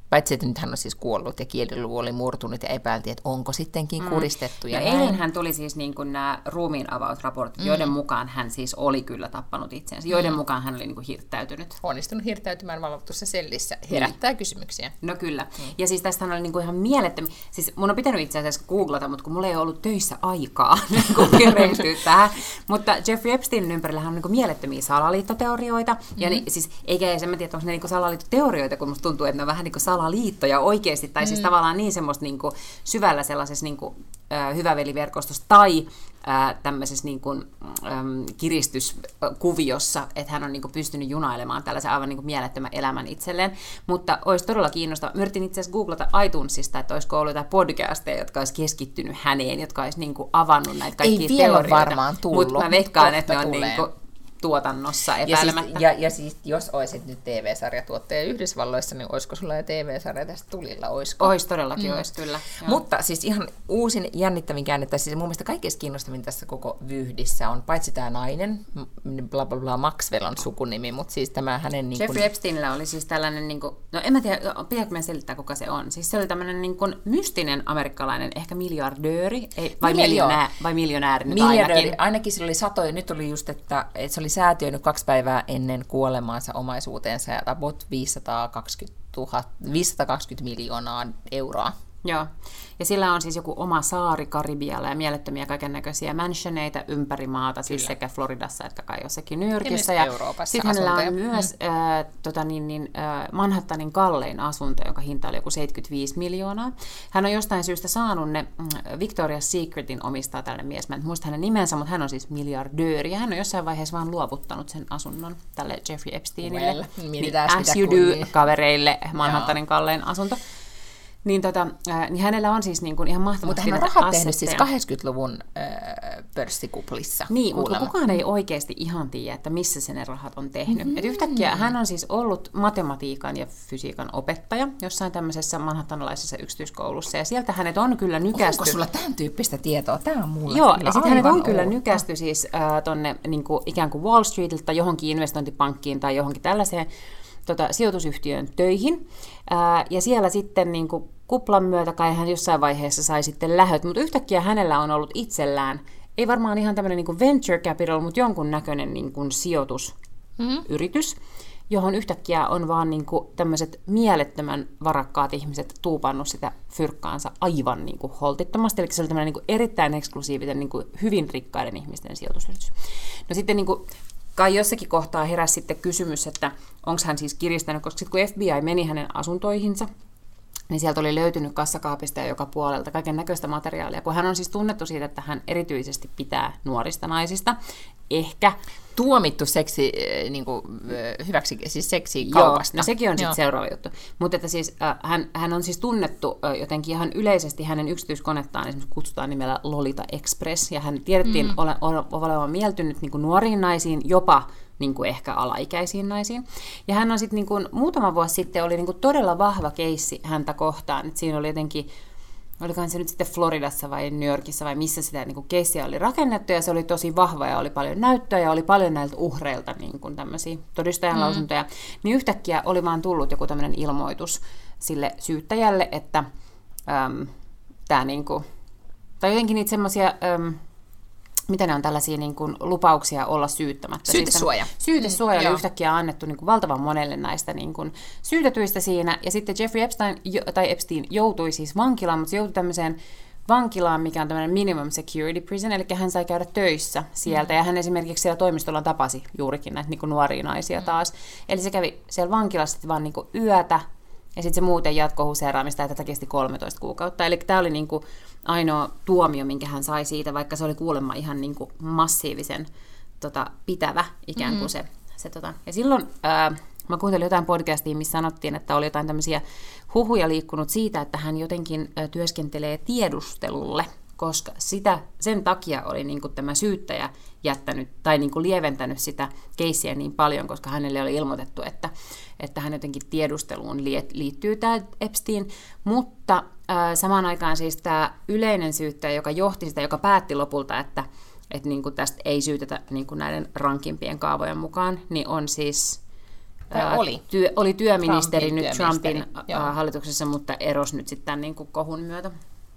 Paitsi, että nyt hän on siis kuollut ja kieliluu oli murtunut ja epäiltiin, että onko sittenkin mm. kuristettu. Ja, ja eilen hän tuli siis niin kuin nämä ruumiin avausraportit, mm. joiden mukaan hän siis oli kyllä tappanut itsensä, joiden mm. mukaan hän oli niin kuin hirttäytynyt. Onnistunut hirttäytymään valvotussa sellissä. Herättää mm. kysymyksiä. No kyllä. Mm. Ja siis tästä oli niin kuin ihan mielettömiä. Siis mun on pitänyt itse asiassa googlata, mutta kun mulla ei ollut töissä aikaa niin kuin perehtyä tähän. Mutta Jeffrey Epsteinin ympärillä on niin kuin mielettömiä salaliittoteorioita. Mm. Ja niin, siis, eikä edes, en mä tiedä, onko ne niin kuin salaliittoteorioita, kun musta tuntuu, että ne on vähän niin kuin salaliittoja oikeasti, tai mm. siis tavallaan niin semmoista niin kuin syvällä sellaisessa niin kuin, äh, hyväveliverkostossa tai äh, tämmöisessä niin kuin, ähm, kiristyskuviossa, että hän on niin kuin pystynyt junailemaan tällaisen aivan niin kuin mielettömän elämän itselleen. Mutta olisi todella kiinnostavaa. Mä yritin itse asiassa googlata iTunesista, että olisiko ollut jotain podcasteja, jotka olisi keskittynyt häneen, jotka olisi niin kuin avannut näitä kaikkia Ei teorioita. Ei vielä varmaan tullut. Mutta mä veikkaan, että ne on niin kuin tuotannossa epäilemättä. Ja siis, ja, ja siis jos olisit nyt T V-sarjatuottaja Yhdysvalloissa, niin olisiko sulla jo T V-sarja tästä tulilla? Olisiko? Ois todellakin, mm. ois kyllä. Joo. Mutta siis ihan uusin jännittävin käänne, siis mun mielestä kaikkein kiinnostavin tässä koko vyyhdissä on paitsi tämä nainen, bla bla bla, Maxwell on sukunimi, mutta siis tämä hänen... Niin Jeffrey kun... Epsteinillä oli siis tällainen, niin kuin, no en mä tiedä, pitääkö mä selittää kuka se on. Siis se oli tämmöinen niin kuin mystinen amerikkalainen, ehkä miljardööri, ei, vai, miljonää, vai miljonääri nyt ainakin. Ainakin sillä oli satoja, nyt oli just, että, että se oli säätiönyt kaksi päivää ennen kuolemaansa omaisuuteensa ja about viisisataakaksikymmentä miljoonaa euroa. Joo, ja sillä on siis joku oma saari Karibialla ja mielettömiä kaikennäköisiä mansioneita ympäri maata, siis Kyllä. sekä Floridassa että kai jossakin New Yorkissa. Ja, ja sitten hänellä on myös mm. äh, tota niin, niin, äh, Manhattanin kallein asunto, jonka hinta oli joku seitsemänkymmentäviisi miljoonaa. Hän on jostain syystä saanut ne, mm, Victoria's Secretin omistaa tällainen mies. Mä en muista hänen nimensä, mutta hän on siis miljardööri. Ja hän on jossain vaiheessa vaan luovuttanut sen asunnon tälle Jeffrey Epsteinille. Well, niin, as you do kavereille Manhattanin Joo. kallein asunto. Niin, tota, äh, niin hänellä on siis niin kuin ihan mahtavat Mutta hän on rahat tehnyt siis kahdeksankymmentäluvun äh, pörssikuplissa. Niin, mutta kukaan ei oikeasti ihan tiedä, että missä se ne rahat on tehnyt. Mm-hmm. Et yhtäkkiä hän on siis ollut matematiikan ja fysiikan opettaja jossain tämmöisessä manhattanalaisessa yksityiskoulussa. Ja sieltä hänet on kyllä nykästy... Onko sulla tämän tyyppistä tietoa? Tämä on mulle Joo, ja sitten hänet on kyllä nykästy siis äh, tonne niin kuin, ikään kuin Wall Streetiltä tai johonkin investointipankkiin tai johonkin tällaiseen tota, sijoitusyhtiön töihin. Ää, ja siellä sitten niin kuin kuplan myötä kai hän jossain vaiheessa sai sitten lähöt, mutta yhtäkkiä hänellä on ollut itsellään, ei varmaan ihan tämmöinen niin kuin venture capital, mutta jonkun näköinen niin kuin sijoitusyritys, mm-hmm. johon yhtäkkiä on vaan niin kuin tämmöiset mielettömän varakkaat ihmiset tuupannut sitä fyrkkaansa aivan niin kuin holtittomasti. Eli se oli tämmöinen niin kuin erittäin eksklusiivinen, niin kuin hyvin rikkaiden ihmisten sijoitusyritys. No sitten niin kuin kai jossakin kohtaa heräsi sitten kysymys, että onko hän siis kiristänyt, koska sitten kun F B I meni hänen asuntoihinsa, niin sieltä oli löytynyt kassakaapista ja joka puolelta kaiken näköistä materiaalia, kun hän on siis tunnettu siitä, että hän erityisesti pitää nuorista naisista. Ehkä tuomittu seksi, niin kuin, hyväksi, siis seksikaupasta. Joo, no sekin on sitten seuraava juttu. Mutta että siis, äh, hän, hän on siis tunnettu äh, jotenkin ihan yleisesti, hänen yksityiskonettaan esimerkiksi kutsutaan nimellä Lolita Express, ja hän tiedettiin mm. ole, ole, olevan mieltynyt niin kuin nuoriin naisiin, jopa niin kuin ehkä alaikäisiin naisiin. Ja hän on sitten niin kuin, muutama vuosi sitten oli niin kuin todella vahva keissi häntä kohtaan, että siinä oli jotenkin, olikohan se nyt sitten Floridassa vai New Yorkissa vai missä sitä niin kuin keissiä oli rakennettu, ja se oli tosi vahva ja oli paljon näyttöä ja oli paljon näiltä uhreilta niin kuin tämmöisiä todistajanlausuntoja, mm. niin yhtäkkiä oli vaan tullut joku tämmöinen ilmoitus sille syyttäjälle, että äm, tämä niin kuin, tai jotenkin niitä semmoisia, mitä ne on tällaisia niin kuin lupauksia olla syyttämättä. Syytesuoja. Siis syytesuoja mm, oli yhtäkkiä annettu niin kuin valtavan monelle näistä niin kuin syytetyistä siinä. Ja sitten Jeffrey Epstein, tai Epstein joutui siis vankilaan, mutta se joutui tämmöiseen vankilaan, mikä on tämmöinen minimum security prison, eli hän sai käydä töissä sieltä. Mm. Ja hän esimerkiksi siellä toimistolla tapasi juurikin näitä niin kuin nuoria naisia mm. taas. Eli se kävi siellä vankilassa vaan niin kuin yötä. Ja sitten se muuten jatkoi huseeraamista, että tätä kesti kolmetoista kuukautta. Eli tämä oli niin kuin ainoa tuomio, minkä hän sai siitä, vaikka se oli kuulemma ihan niin kuin massiivisen tota, pitävä ikään kuin mm-hmm. se. se tota. Ja silloin ää, mä kuuntelin jotain podcastia, missä sanottiin, että oli jotain tämmöisiä huhuja liikkunut siitä, että hän jotenkin ää, työskentelee tiedustelulle, koska sitä, sen takia oli niin kuin tämä syyttäjä jättänyt tai niin kuin lieventänyt sitä keissiä niin paljon, koska hänelle oli ilmoitettu, että, että hän jotenkin tiedusteluun liittyy tämä Epstein, mutta äh, samaan aikaan siis tämä yleinen syyttäjä, joka johti sitä, joka päätti lopulta, että, että niin kuin tästä ei syytetä niin kuin näiden rankimpien kaavojen mukaan, niin on siis Tai oli. Työ, oli työministeri Trumpin nyt työministeri. Trumpin Joo. hallituksessa, mutta erosi nyt sitten tämän niin kuin kohun myötä.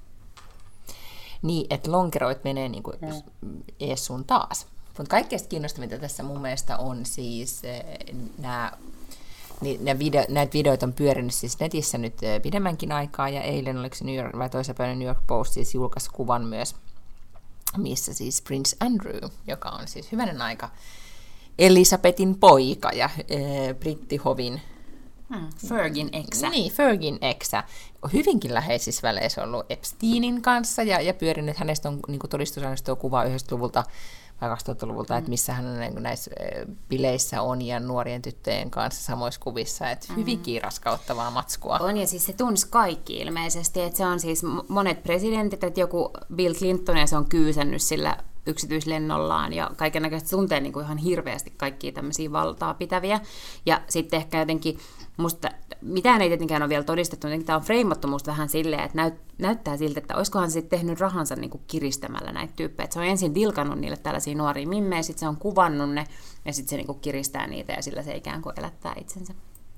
Niin, että lonkeroit menee niin kuin Mm. ees sun taas. Mutta kaikkein kiinnostavinta tässä mun mielestä on siis eh, nämä Niin, ne video, näitä videoita on pyörinyt siis netissä nyt pidemmänkin aikaa, ja eilen, oliko se New York, vai toisapäivänä New York Post siis julkaisi kuvan myös, missä siis Prince Andrew, joka on siis hyvänen aika Elisabetin poika ja e, brittihovin Hmm. Fergin eksä. Niin, Fergin eksä. On hyvinkin läheisissä väleissä ollut Epsteinin kanssa, ja, ja pyörinyt, hänestä on niin todistusaineistoa kuvaa yhdeksänkymmentäluvulta vai kaksituhattaluvulta, mm. että missä hän on, näissä bileissä on ja nuorien tyttöjen kanssa samoissa kuvissa, että hyvinkin raskauttavaa matskua. On, ja siis se tunsi kaikki ilmeisesti, että se on siis monet presidentit, että joku Bill Clinton, ja se on kyysännyt sillä yksityislennollaan, ja kaikennäköisesti tuntee niin kuin ihan hirveästi kaikkia tämmöisiä valtaa pitäviä, ja sitten ehkä jotenkin musta, mitään ei tietenkään ole vielä todistettu, mutta tämä on freimattu musta vähän silleen, että näyt, näyttää siltä, että olisikohan se sitten tehnyt rahansa niin kuin kiristämällä näitä tyyppejä. Että se on ensin dilkannut niille tällaisia nuoria mimmejä, sitten se on kuvannut ne, ja sitten se niin kuin kiristää niitä, ja sillä se ikään kuin elättää itsensä.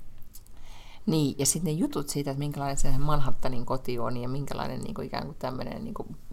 Niin, ja sitten ne jutut siitä, että minkälainen se Manhattanin koti on, ja minkälainen niin kuin ikään kuin tämmöinen niin kuin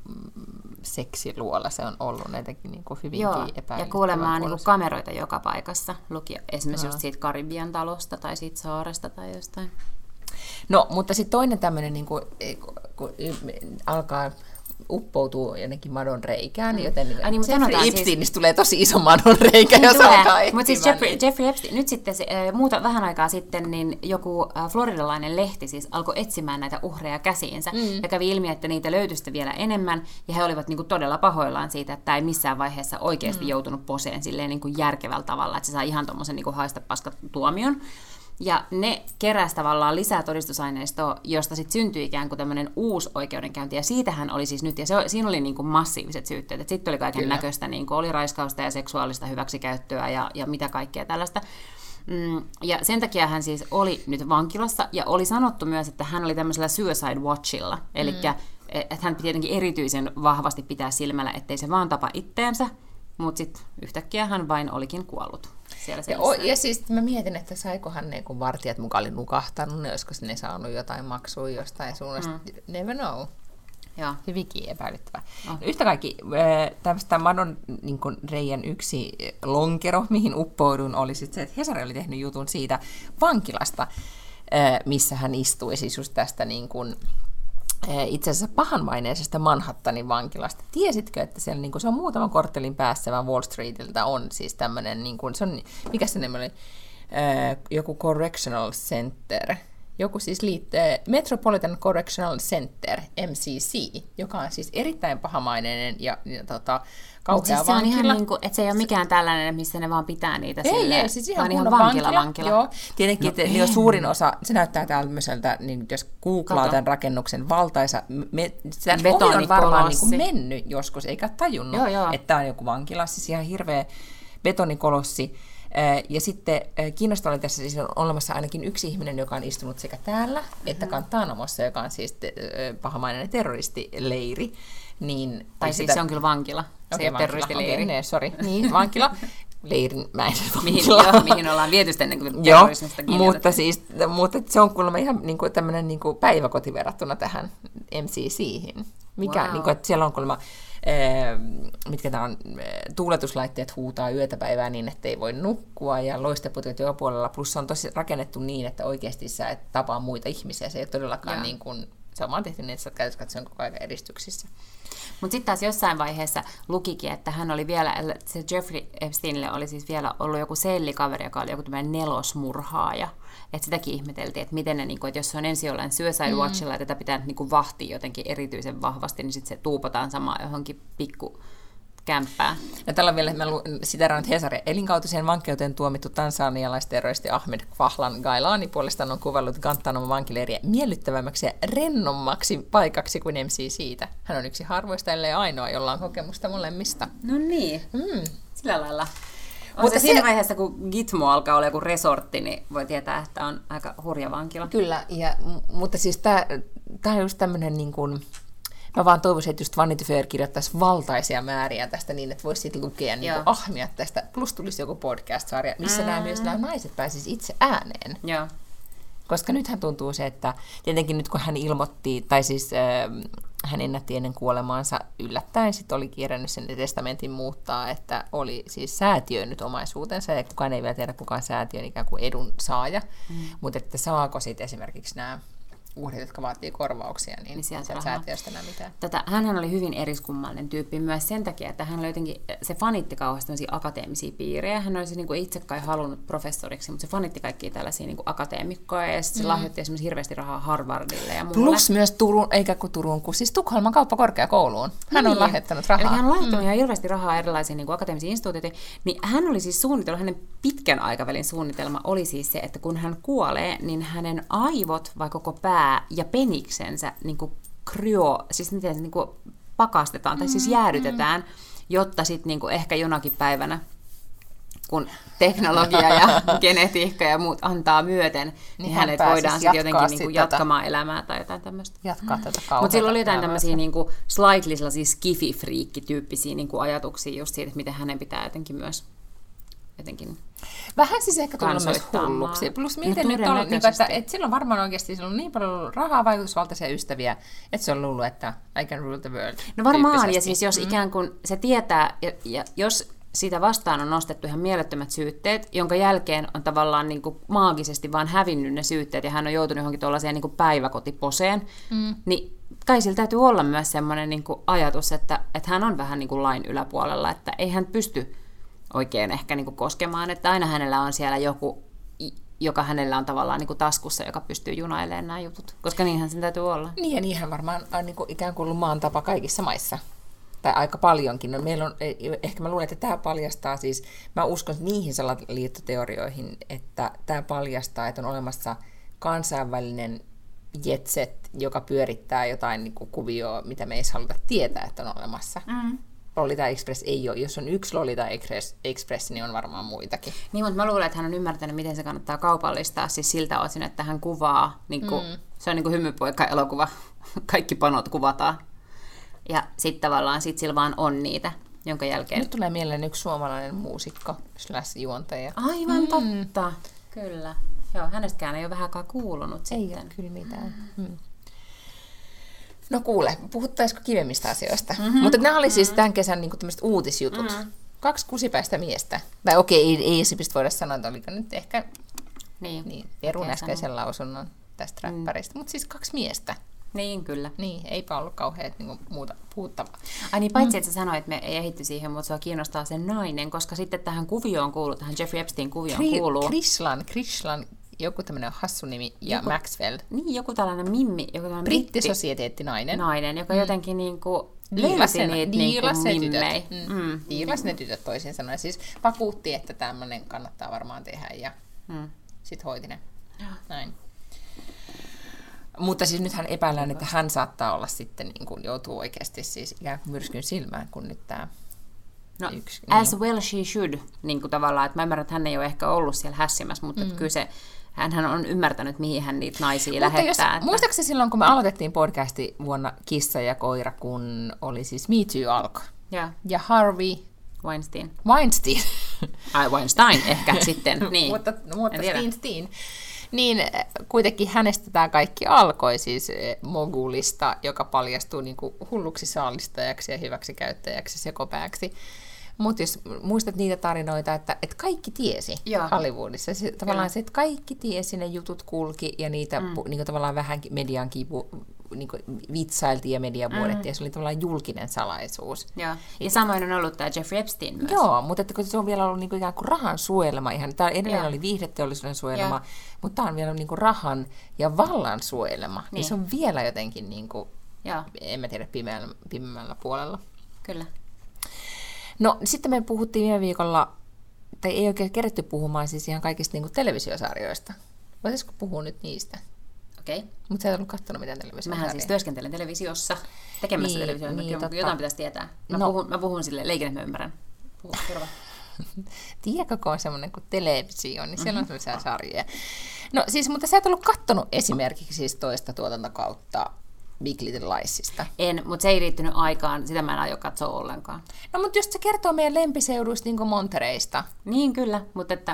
seksiluola se on ollut, näitäkin niin kuin hyvinkin epäilyttävän. Ja kuulemma on niin kuin kameroita joka paikassa, luki esimerkiksi just siitä Karibian talosta tai siitä saaresta tai jostain. No, mutta sitten toinen tämmöinen, niin kuin, kun alkaa uppoutuu jonnekin madon reikään, mm. joten Ai, niin, Jeffrey Epsteinistä siis tulee tosi iso madon reikä, niin jos tulee. Alkaa Mutta siis Jeffrey, Jeffrey Epstein, nyt sitten se, äh, muuta, vähän aikaa sitten niin joku äh, floridalainen lehti siis alkoi etsimään näitä uhreja käsiinsä, mm. ja kävi ilmi, että niitä löytyi vielä enemmän, ja he olivat niin kuin todella pahoillaan siitä, että tämä ei missään vaiheessa oikeasti mm. joutunut poseen silleen niin kuin järkevällä tavalla, että se saa ihan tuommoisen niin kuin haista paskat tuomion. Ja ne keräsi tavallaan lisää todistusaineistoa, josta sitten syntyi ikään kuin tämmöinen uusi oikeudenkäynti. Ja siitähän oli siis nyt, ja se, siinä oli niin kuin massiiviset syytteet. Sitten oli kaiken Kyllä. näköistä, niin kuin oli raiskausta ja seksuaalista hyväksikäyttöä ja, ja mitä kaikkea tällaista. Mm, ja sen takia hän siis oli nyt vankilassa, ja oli sanottu myös, että hän oli tämmöisellä suicide watchilla. Eli mm. että hän piti tietenkin erityisen vahvasti pitää silmällä, ettei se vaan tapa itteensä, mutta sitten yhtäkkiä hän vain olikin kuollut. Ja, o, ja siis mä mietin, että saikohan ne, kun vartijat mukaan oli nukahtanut, ne olisiko ne saanut jotain maksua jostain suunnasta. Mm. Never know. Joo. Hyvinkin epäilyttävää. Oh. No, yhtä kaikki, tämmöistä madon niin kuin reijän yksi lonkero, mihin uppoudun, oli sitten se, että Hesari oli tehnyt jutun siitä vankilasta, missä hän istui, siis just tästä niin kuin, itse asiassa pahanmaineisesta Manhattanin vankilasta. Tiesitkö, että siellä, niin kuin, se on muutaman korttelin päässä, vaan Wall Streetiltä on siis tämmöinen, niin kuin, se on, mikä se nimi oli, ää, joku Correctional Center, joku siis liittää Metropolitan Correctional Center, M C C, joka on siis erittäin pahamaineinen ja, ja tota, kauhea siis vankila. Se on ihan niin kuin, että se ei ole mikään tällainen, missä ne vaan pitää niitä ei, silleen, ei, siis ihan vaan ihan vankila, vankila. vankila. Joo, tietenkin, no, että jo suurin osa, se näyttää täältä, niin jos googlaa Kato. tämän rakennuksen valtaisa, me, tämän ohi on varmaan niin kuin mennyt joskus, eikä tajunnut, joo, joo. että tämä on joku vankila, siis ihan hirveä betonikolossi. Ja sitten kiinnostavaa tässä siis on olemassa ainakin yksi ihminen, joka on istunut sekä täällä mm-hmm. että Guantanamossa, joka on siis pahamainen terroristileiri. Niin, tai siis sitä... se on kyllä vankila, se okay, ei ole terroristileiri. Okei, okay, sori. Niin, vankila. Leirin mäinen mihin, joo, mihin ollaan viety ennen kuin terrorismista kiinnitetään. Mutta, siis, mutta se on kuulemma ihan niin kuin tämmöinen niin kuin päiväkoti verrattuna tähän M C C:hin. Mikä, wow. niin kuin, että siellä on kuulemma, mitkä tämä on, tuuletuslaitteet huutaa yötä päivää niin, että ei voi nukkua, ja loisteputket joka puolella, plus se on tosi rakennettu niin, että oikeasti sä et tapaa muita ihmisiä, se ei ole todellakaan niin kuin, se on vaan tehty niin, että sä käyt katsomaan koko ajan eristyksissä. Mutta sitten taas jossain vaiheessa lukikin, että hän oli vielä, se Jeffrey Epsteinille oli siis vielä ollut joku sellikaveri, joka oli joku tämmöinen nelosmurhaaja. Että sitäkin ihmeteltiin, että miten ne, niin kuin, että jos se on ensin jollain suicide watchilla, että tätä pitää niin kuin vahtia jotenkin erityisen vahvasti, niin sitten se tuupataan samaan johonkin pikku kämppään. Ja tällä on vielä, että mä siteeraan Hesarin elinkautiseen vankeuteen tuomittu tansanialaisterroristi Ahmed Fahlan Gailani puolestaan on kuvaillut Guantanamon vankileiriä miellyttävämmäksi ja rennommaksi paikaksi kuin M C C:tä. Hän on yksi harvoista, ellei ainoa, jolla on kokemusta molemmista. No niin, mm. sillä lailla. On mutta se siinä se... vaiheessa, kun Gitmo alkaa olla joku resortti, niin voi tietää, että on aika hurja vankila. Kyllä, ja, mutta siis tämä on just tämmöinen niin kuin Mä vaan toivoisin, että just Vanity Fair kirjoittaisi valtaisia määriä tästä niin, että voisi sitten lukea niin kuin ahmia tästä. Plus tulisi joku podcast-sarja, missä mm. nämä myös nämä naiset pääsisivät itse ääneen. Joo. Koska nythän tuntuu se, että tietenkin nyt kun hän ilmoitti, tai siis äh, hän ennätti ennen kuolemaansa yllättäen, sitten oli kirjannut sen testamentin muuttaa, että oli siis säätiö nyt omaisuutensa, ja kukaan ei vielä tiedä, kuka on säätiön ikään kuin edun saaja, mm. mutta että saako sitten esimerkiksi nämä uhrit, jotka vaatii korvauksia, niin, niin sieltä sieltä säätiöstä enää mitään. Tätä, hänhän oli hyvin eriskummallinen tyyppi myös sen takia, että hän oli jotenkin, se fanitti kauheasti akateemisia piirejä. Hän olisi niin kuin itse kai halunnut professoriksi, mutta se fanitti kaikkia tällaisia niin kuin akateemikkoja, ja sitten se mm. lahjoitti esimerkiksi hirveästi rahaa Harvardille ja muulle. Plus myös Turun, eikä kuin Turun, kun siis Tukholman kauppakorkeakouluun. Hän niin. on lahjoittanut rahaa. Eli hän on lahjoittanut mm. ihan hirveästi rahaa erilaisiin niin kuin akateemisiin instituutioihin. Niin hän oli siis suunnitelma, hänen pitkän aikavälin suunnitelma oli siis se, että kun hän kuolee, niin hänen aivot vai koko pää ja peniksensä niin kuin kryo, siis miten se niin kuin pakastetaan tai siis jäädytetään, jotta sitten niin kuin ehkä jonakin päivänä, kun teknologia ja genetiikka ja muut antaa myöten, niin, niin hänet voidaan sitten jotenkin niin kuin jatkamaan elämää tai jotain tämmöistä. Jatkaa tätä kauheata. Mutta silloin oli jotain tämmöisiä niin kuin slightly sellaisia skifi-friikki-tyyppisiä niin kuin ajatuksia just siitä, että miten hänen pitää jotenkin myös jotenkin vähän siis ehkä tullut myös hulluksi. Plus miten no, nyt on, niin, että, että silloin varmaan oikeasti sillä on niin paljon rahaa, vaikutusvaltaisia ystäviä, että se on luullut, että I can rule the world. No varmaan, ja siis jos mm. ikään kuin se tietää, ja, ja jos siitä vastaan on nostettu ihan mielettömät syytteet, jonka jälkeen on tavallaan niin kuin maagisesti vaan hävinnyt ne syytteet, ja hän on joutunut johonkin tuollaiseen niin kuin päiväkotiposeen, mm. niin kai sillä täytyy olla myös semmoinen niin kuin ajatus, että, että hän on vähän niin kuin lain yläpuolella, että ei hän pysty oikein ehkä niin kuin koskemaan, että aina hänellä on siellä joku, joka hänellä on tavallaan niin kuin taskussa, joka pystyy junailemaan nämä jutut, koska niinhän sen täytyy olla. Niin ja niinhän varmaan on niin kuin ikään kuin ollut maan tapa kaikissa maissa, tai aika paljonkin. No, meillä on, ehkä mä luulen, että tämä paljastaa siis, mä uskon niihin salaliittoteorioihin, että tämä paljastaa, että on olemassa kansainvälinen jetset, joka pyörittää jotain niin kuin kuvioa, mitä me ei haluta tietää, että on olemassa. Mm. Lolita Express ei ole. Jos on yksi Lolita Express, niin on varmaan muitakin. Niin, mutta mä luulen, että hän on ymmärtänyt, miten se kannattaa kaupallistaa siis siltä osin, että hän kuvaa, niin kuin, mm. se on niin kuin hymypoika-elokuva, kaikki panot kuvataan. Ja sitten tavallaan sit sillä vaan on niitä, jonka jälkeen... Nyt tulee mieleen yksi suomalainen muusikko slash juontaja. Aivan mm. totta, kyllä. Joo, hänestäkään ei ole vähänkään kuulunut ei sitten. Ei ole kyllä mitään. Mm. No kuule, puhuttaisiko kivemmistä asioista? Mm-hmm. Mutta nämä oli mm-hmm. siis tämän kesän niin tämmöiset uutisjutut. Mm-hmm. Kaksi kusipäistä miestä. Tai okei, ei, ei esipistä voida sanoa, että oliko nyt ehkä niin, niin, perun äskeisen lausunnon tästä mm. räppäristä. Mutta siis kaksi miestä. Niin, kyllä. Niin, eipä ollut kauhean niin muuta puhuttavaa. Ai niin, paitsi mm. että sä sanoit, että me ei ehitty siihen, mutta sua kiinnostaa sen nainen, koska sitten tähän kuvioon kuuluu, tähän Jeffrey Epstein kuvioon Kri- kuuluu... Krislan, Krislan, joku tämmöinen hassu nimi, ja joku, Maxwell. Niin, joku tällainen mimmi, joku tällainen brittisosieteettinainen. Nainen, joka mm. jotenkin niinku löysi niitä niinku mimmei. Mm. Mm. Diilasi ne tytöt toisin sanoen. Siis vakuutti, että tämmöinen kannattaa varmaan tehdä, ja mm. sitten hoiti ne. Näin. Mutta siis nythän epäillään, että hän saattaa olla sitten, niin kuin joutuu oikeasti siis ikään kuin myrskyn silmään, kun nyt tämä no, yksi... as niin. well she should, niin kuin tavallaan, että mä ymmärrän, että hän ei ole ehkä ollut siellä hässimässä, mutta mm. kyllä se, hänhän on ymmärtänyt, mihin hän niitä naisia mutta lähettää. Jos, että... Muistaakseni silloin, kun me aloitettiin podcasti vuonna Kissa ja koira, kun oli siis Me Too alkoi. Ja, ja Harvey... Weinstein. Weinstein. Ai Weinstein ehkä sitten, niin. mutta mutta Steen Steen. Niin kuitenkin hänestä tämä kaikki alkoi siis mogulista, joka paljastui niin kuin hulluksi saalistajaksi ja hyväksikäyttäjäksi sekopääksi. Mutta jos muistat niitä tarinoita, että, että kaikki tiesi Joo. Hollywoodissa, se, tavallaan se, että kaikki tiesi, ne jutut kulki ja niitä mm. niin kuin tavallaan vähän median kipu, niin kuin vitsailtiin ja media vuodettiin, mm. ja se oli tavallaan julkinen salaisuus. Joo. Ja samoin on ollut tämä Jeffrey Epstein myös. Joo, mutta että, se on vielä ollut niin kuin ikään kuin rahan suojelma. Ihan, tämä edelleen Joo. oli viihdeteollisuuden suojelma, Joo. mutta tämä on vielä niin kuin rahan ja vallan suojelma. Niin. Ja se on vielä jotenkin, niin kuin, en mä tiedä, pimeällä, pimeällä puolella. Kyllä. No sitten me puhuttiin viime viikolla, tai ei oikein keretty puhumaan siis ihan kaikista niin kuin televisiosarjoista. Voitaisiko puhua nyt niistä? Okei. Okay. Mutta sä et ollut katsonut mitään televisiosarjaa. Mähän siis työskentelen televisiossa, tekemässä niin, televisiossa, niin, jotain totta. Pitäisi tietää. Mä, no. puhun, mä puhun silleen, leikin, että mä ymmärrän. Puhun, turva. Tiedätkö, kun on semmoinen kuin televisio, niin siellä mm-hmm. on sellaisia sarjoja. No siis, mutta sä et ollut kattonut esimerkiksi siis toista tuotantokautta Big Little Liesista? En, mutta se ei riittynyt aikaan, sitä mä en aio katsoa ollenkaan. No, mutta just se kertoo meidän lempiseuduista niin kuin Montereista. Niin kyllä, mutta että...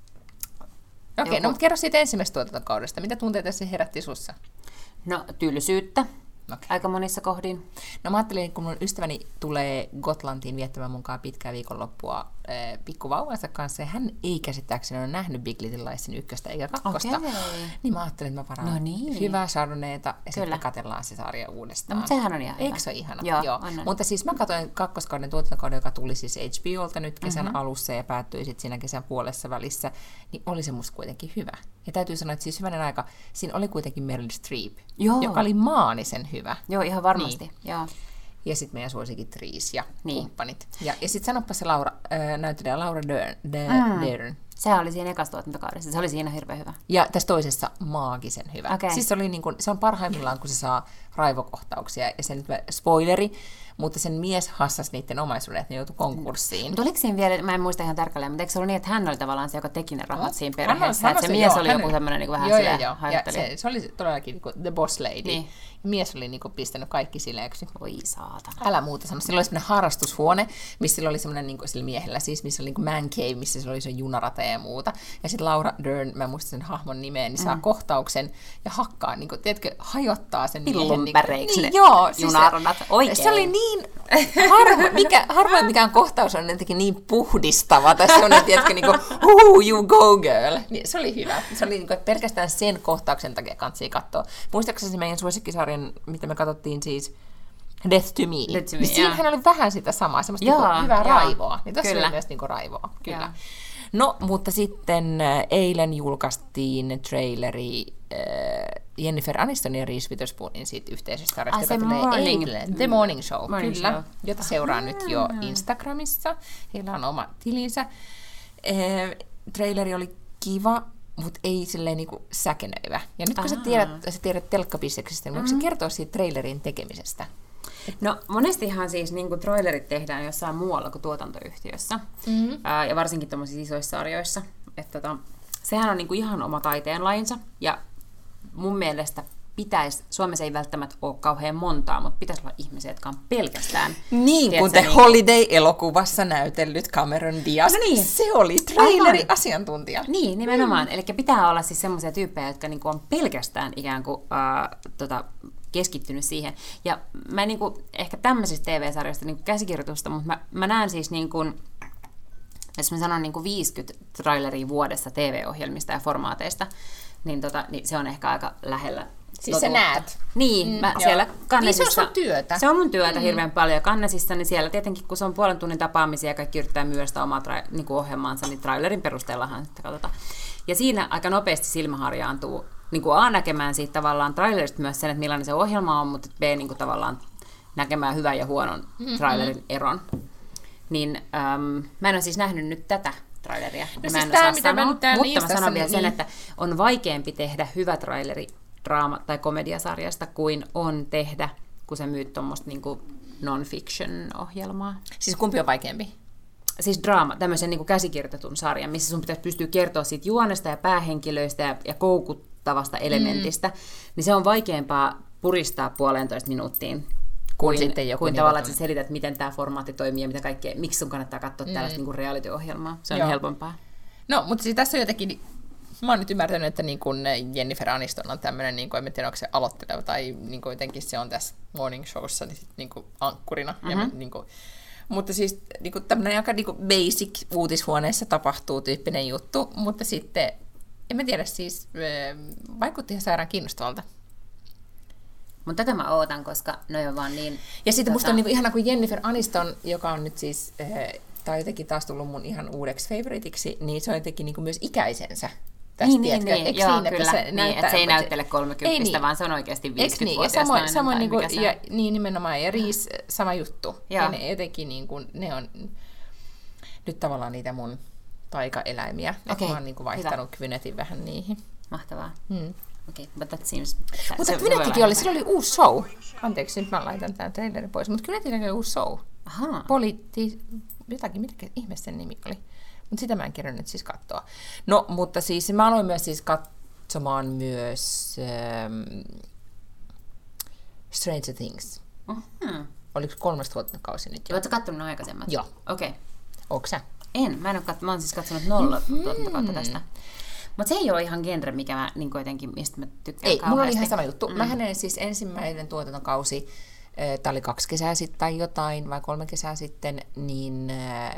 Okei, okay, no mutta kerro siitä ensimmäisestä tuotantokaudesta. Mitä tunteita se herätti sussa? No, tylsyyttä. Okay. Aika monissa kohdin. No mä ajattelin, kun mun ystäväni tulee Gotlantiin viettämään munkaan pitkää viikonloppua äh, pikkuvauvansa kanssa, ja hän ei käsittääkseni ole nähnyt Big Little Liesin ykköstä eikä kakkosta, okay. Niin mä ajattelin, että mä varaan no niin. hyvää Chardonnayta, ja Kyllä. sitten katsellaan se sarja uudestaan. No, sehän on ihan Eikö se ole ihana? Joo, Joo. Mutta siis mä katsoin kakkoskauden tuotantokauden, joka tuli siis H B O:lta nyt kesän mm-hmm. alussa ja päättyi sitten siinä kesän puolessa välissä, niin oli se musta kuitenkin hyvä. Ja täytyy sanoa, että siis hyvänen aika, siinä oli kuitenkin Meryl Streep, Joo. joka oli maanisen hyvä. Joo, ihan varmasti. Niin. Joo. Ja sitten meidän suosikin Trees ja niin. kumppanit. Ja, ja sitten sanoppa se Laura, äh, näyttelijä Laura Dern. Dern. Mm. Dern. Sehän oli siinä ekassa tuotantokaudessa. Se oli siinä hirveän hyvä. Ja tässä toisessa maagisen hyvä. Okay. Siis se, oli niin kun, se on parhaimmillaan, kun se saa raivokohtauksia. Ja se nyt spoileri, mutta sen mies hassasi niiden omaisuuden, että ne joutui konkurssiin. Mutta oliko siinä vielä, mä en muista ihan tarkalleen, mutta eikö se ollut niin, että hän oli tavallaan se, joka teki ne rahat no, siinä perheessä? Hän on, hän että se, se mies joo, oli joku semmoinen niin vähän joo, silleen joo, haitteli. Se, se oli todellakin niin kuin the boss lady. Niin. Mies oli niin kuin pistänyt kaikki sileeksi. Oi saatana. Älä muuta sano. Sillä oli semmoinen harrastushuone, missä sillä oli semmoinen, niin kuin sillä miehellä siis, missä oli niin kuin man cave, missä sillä oli se junarata ja muuta. Ja sitten Laura Dern, mä muistan sen hahmon nimeen, niin saa mm. kohtauksen ja hakkaa, niin kuin, tiedätkö, hajottaa sen miehen. Pillunpäreiksi niin, joo, siis junaranat. Oikein. Se oli niin harvo, mikä, harvoin mikään kohtaus on jotenkin niin puhdistava, tai semmoinen, tiedätkö, niin kuin, uh, you go girl. Niin, se oli hyvä. Se oli niin kuin, pelkästään sen kohtauksen takia kansi katsoa. Muistaakseni meidän suosikkisarjan, mitä me katsottiin siis, Death to Me. Death to Me, niin siinähän oli vähän sitä samaa, semmoista joo, niin hyvää joo. raivoa. Niin tässä oli myös niin kuin raivoa. Kyllä. Joo. No, mutta sitten äh, eilen julkaistiin traileri äh, Jennifer Aniston ja Reese Witherspoonin siitä yhteisestä sarjasta, ah, joka tulee eilen. The Morning Show, morning kyllä, show. jota seuraa nyt jo Instagramissa. Heillä on oma tilinsä. Äh, traileri oli kiva, mutta ei silleen niinku säkenöivä. Ja nyt kun Aha. sä tiedät, sä tiedät telkkabisseksestä, niin voiko mm-hmm. sä kertoa siitä trailerin tekemisestä? No monestihan siis niin kuin trailerit tehdään jossain muualla kuin tuotantoyhtiössä. Mm-hmm. Ää, ja varsinkin tuollaisissa isoissa sarjoissa. Että tota, sehän on niin kuin ihan oma taiteenlajinsa. Ja mun mielestä pitäisi, Suomessa ei välttämättä ole kauhean montaa, mutta pitäisi olla ihmisiä, jotka on pelkästään... Niin, tiedätkö, kun The niin... Holiday-elokuvassa näytellyt Cameron Diaz, no niin. Se oli traileri-asiantuntija. Niin, nimenomaan. Mm. Eli pitää olla siis semmoisia tyyppejä, jotka niinku on pelkästään ikään kuin äh, tota, keskittynyt siihen. Ja mä niinku, ehkä tämmöisistä T V-sarjoista niinku käsikirjoitusta, mutta mä, mä näen siis niin kuin, jos mä sanon niinku viisikymmentä traileria vuodessa T V-ohjelmista ja formaateista, niin, tota, niin se on ehkä aika lähellä. Siis sä näet. Niin, mä mm, siellä Cannesissa, niin se on sun työtä. Se on mun työtä mm. hirveän paljon. Cannesissa, niin siellä tietenkin, kun se on puolen tunnin tapaamisia ja kaikki yrittää myydä sitä omaa tra- niin kuin ohjelmaansa, niin trailerin perusteellahan sitten katsotaan. Ja siinä aika nopeasti silmä harjaantuu niin kuin A näkemään siitä tavallaan trailerista myös sen, että millainen se ohjelma on, mutta B niin kuin tavallaan näkemään hyvän ja huonon mm-hmm. trailerin eron. Niin äm, mä en ole siis nähnyt nyt tätä traileria. No siis mä en tää, osaa mitä sanoa, mä nyt täällä mutta mä sanon vielä niin. sen, että on vaikeampi tehdä hyvä traileri draama- tai komediasarjasta kuin on tehdä, kun sä myyt tuommoista niin kuin non-fiction-ohjelmaa. Siis kumpi on vaikeampi? Siis draama, tämmöisen niin kuin käsikirjoitetun sarjan, missä sun pitäisi pystyä kertoa siitä juonesta ja päähenkilöistä ja, ja koukuttavasta elementistä, mm. niin se on vaikeampaa puristaa puolentoista minuuttiin kuin, kuin, sitten joku kuin tavallaan, että sä selität, miten tämä formaatti toimii ja mitä kaikkea, miksi sun kannattaa katsoa mm. tällaista niin kuin reality-ohjelmaa. Se on Joo. helpompaa. No, mutta siis tässä on jotenkin... Mä oon nyt ymmärtänyt, että niin kun Jennifer Aniston on tämmöinen, niin en tiedä, onko se aloitteleva tai niin jotenkin se on tässä morning showssa niin sit, niin ankkurina. Mm-hmm. Ja, niin kun, mutta siis niin tämmöinen aika niin basic uutishuoneessa tapahtuu tyyppinen juttu, mutta sitten, en mä tiedä, siis vaikutti ihan sairaan kiinnostavalta. Mutta tätä mä ootan, koska ne on vaan niin... Ja sitten tota... musta on niin ihana kuin Jennifer Aniston, joka on nyt siis... tai jotenkin taas tullut mun ihan uudeksi favoritiksi, niin se on jotenkin niin myös ikäisensä. Niin, niin, niin. Joo, niin, kyllä. Se, niin, näyttää, että se ei näyttele kolmekymmentä, niin. vaan se on oikeasti viisikymmentävuotias niin? nainen. Samoin niin, kuin, ja, niin nimenomaan, ja Reese, sama juttu. Ja, ja ne jotenkin, niin kuin, ne on nyt tavallaan niitä mun taikaeläimiä. Okay. Mä oon niin kuin vaihtanut Kvynetin vähän niihin. Mahtavaa. Hmm. Okay, but that seems... Mutta Kvynettikin oli, sillä oli uusi show. Anteeksi, nyt mä laitan tämän trailerin pois. Mutta Kvynetillä oli uusi show. Ahaa. Poliitti... Jotakin, mitä ihme sen nimi oli. Mutta sitä mä en kerran nyt siis katsoa. No, mutta siis mä aloin myös siis katsomaan myös ähm, Stranger Things. Mm-hmm. Oliko kolmas tuotantokausi nyt jo? Oletko kattonut ne aikaisemmat? Joo. Okei. Okay. Onko sä? En. Mä en ole kat... Mä oon siis katsonut nolla mm-hmm. tuotantokautta tästä. Mutta se ei ole ihan genre, mikä mä, niin jotenkin, mistä mä tykkään ei, kauheasti. mulla oli ihan sama juttu. Mm. Mähän en siis ensimmäinen tuotantokausi, tää oli kaksi kesää sitten tai jotain, vai kolme kesää sitten, niin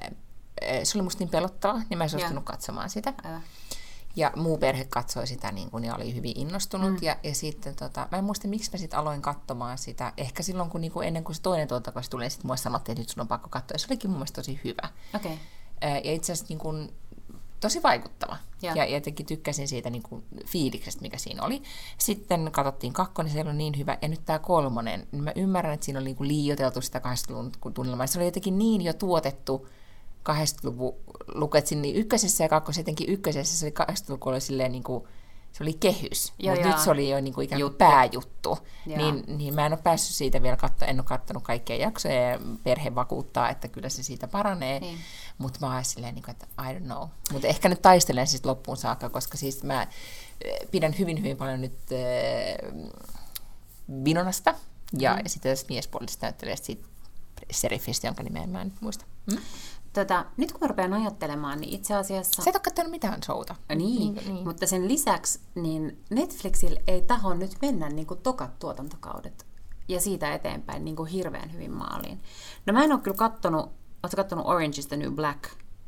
se oli musta niin pelottava, niin mä en suostunut katsomaan sitä. Aivan. Ja muu perhe katsoi sitä niin kun, ja oli hyvin innostunut. Mm. Ja, ja sitten, tota, mä en muista, miksi mä sitten aloin katsomaan sitä. Ehkä silloin, kun, niin kun ennen kuin se toinen tuotantokausi tuli, sitten mulle sanottiin, että nyt sun on pakko katsoa. Ja se olikin mun mielestä tosi hyvä. Okay. Ja itse asiassa niin kun, tosi vaikuttava. Ja, ja jotenkin tykkäsin siitä niin kuin fiiliksestä, mikä siinä oli. Sitten katsottiin kakkonen, se oli niin hyvä. Ja nyt tämä kolmonen, niin mä ymmärrän, että siinä oli niin kuin liioiteltu sitä kahdeksankymmentäluvun tunnelmaa. Se oli jotenkin niin jo tuotettu kahdeksankymmentäluvun luket siinä niin ykkösessä ja kakkosessa, jotenkin ykkösessä se oli kahdeksankymmentäluvulla oli silleen niin kuin, se oli kehys, mutta nyt se oli jo niin kuin ikään kuin pääjuttu. Niin, niin mä en ole päässyt siitä vielä katsoa, en ole katsonut kaikkia jaksoja ja perhe vakuuttaa, että kyllä se siitä paranee. Niin. Mutta mä oon silleen, että I don't know. Mutta ehkä nyt taistelen siis loppuun saakka, koska siis mä pidän hyvin, hyvin paljon nyt äh, Winonasta ja mm. sitten tästä miespuolisesta näyttelijästä siitä Serifistä, jonka nimeä mä en nyt muista. Mm? Tota, nyt kun mä rupean ajattelemaan, niin itse asiassa... Sä et ole katsonut mitään showta. Niin, niin, niin, mutta sen lisäksi niin Netflixillä ei taho nyt mennä niin kuin tokat tuotantokaudet ja siitä eteenpäin niin kuin hirveän hyvin maaliin. No mä en ole kyllä kattonut, ootko kattonut Orange is the New Black?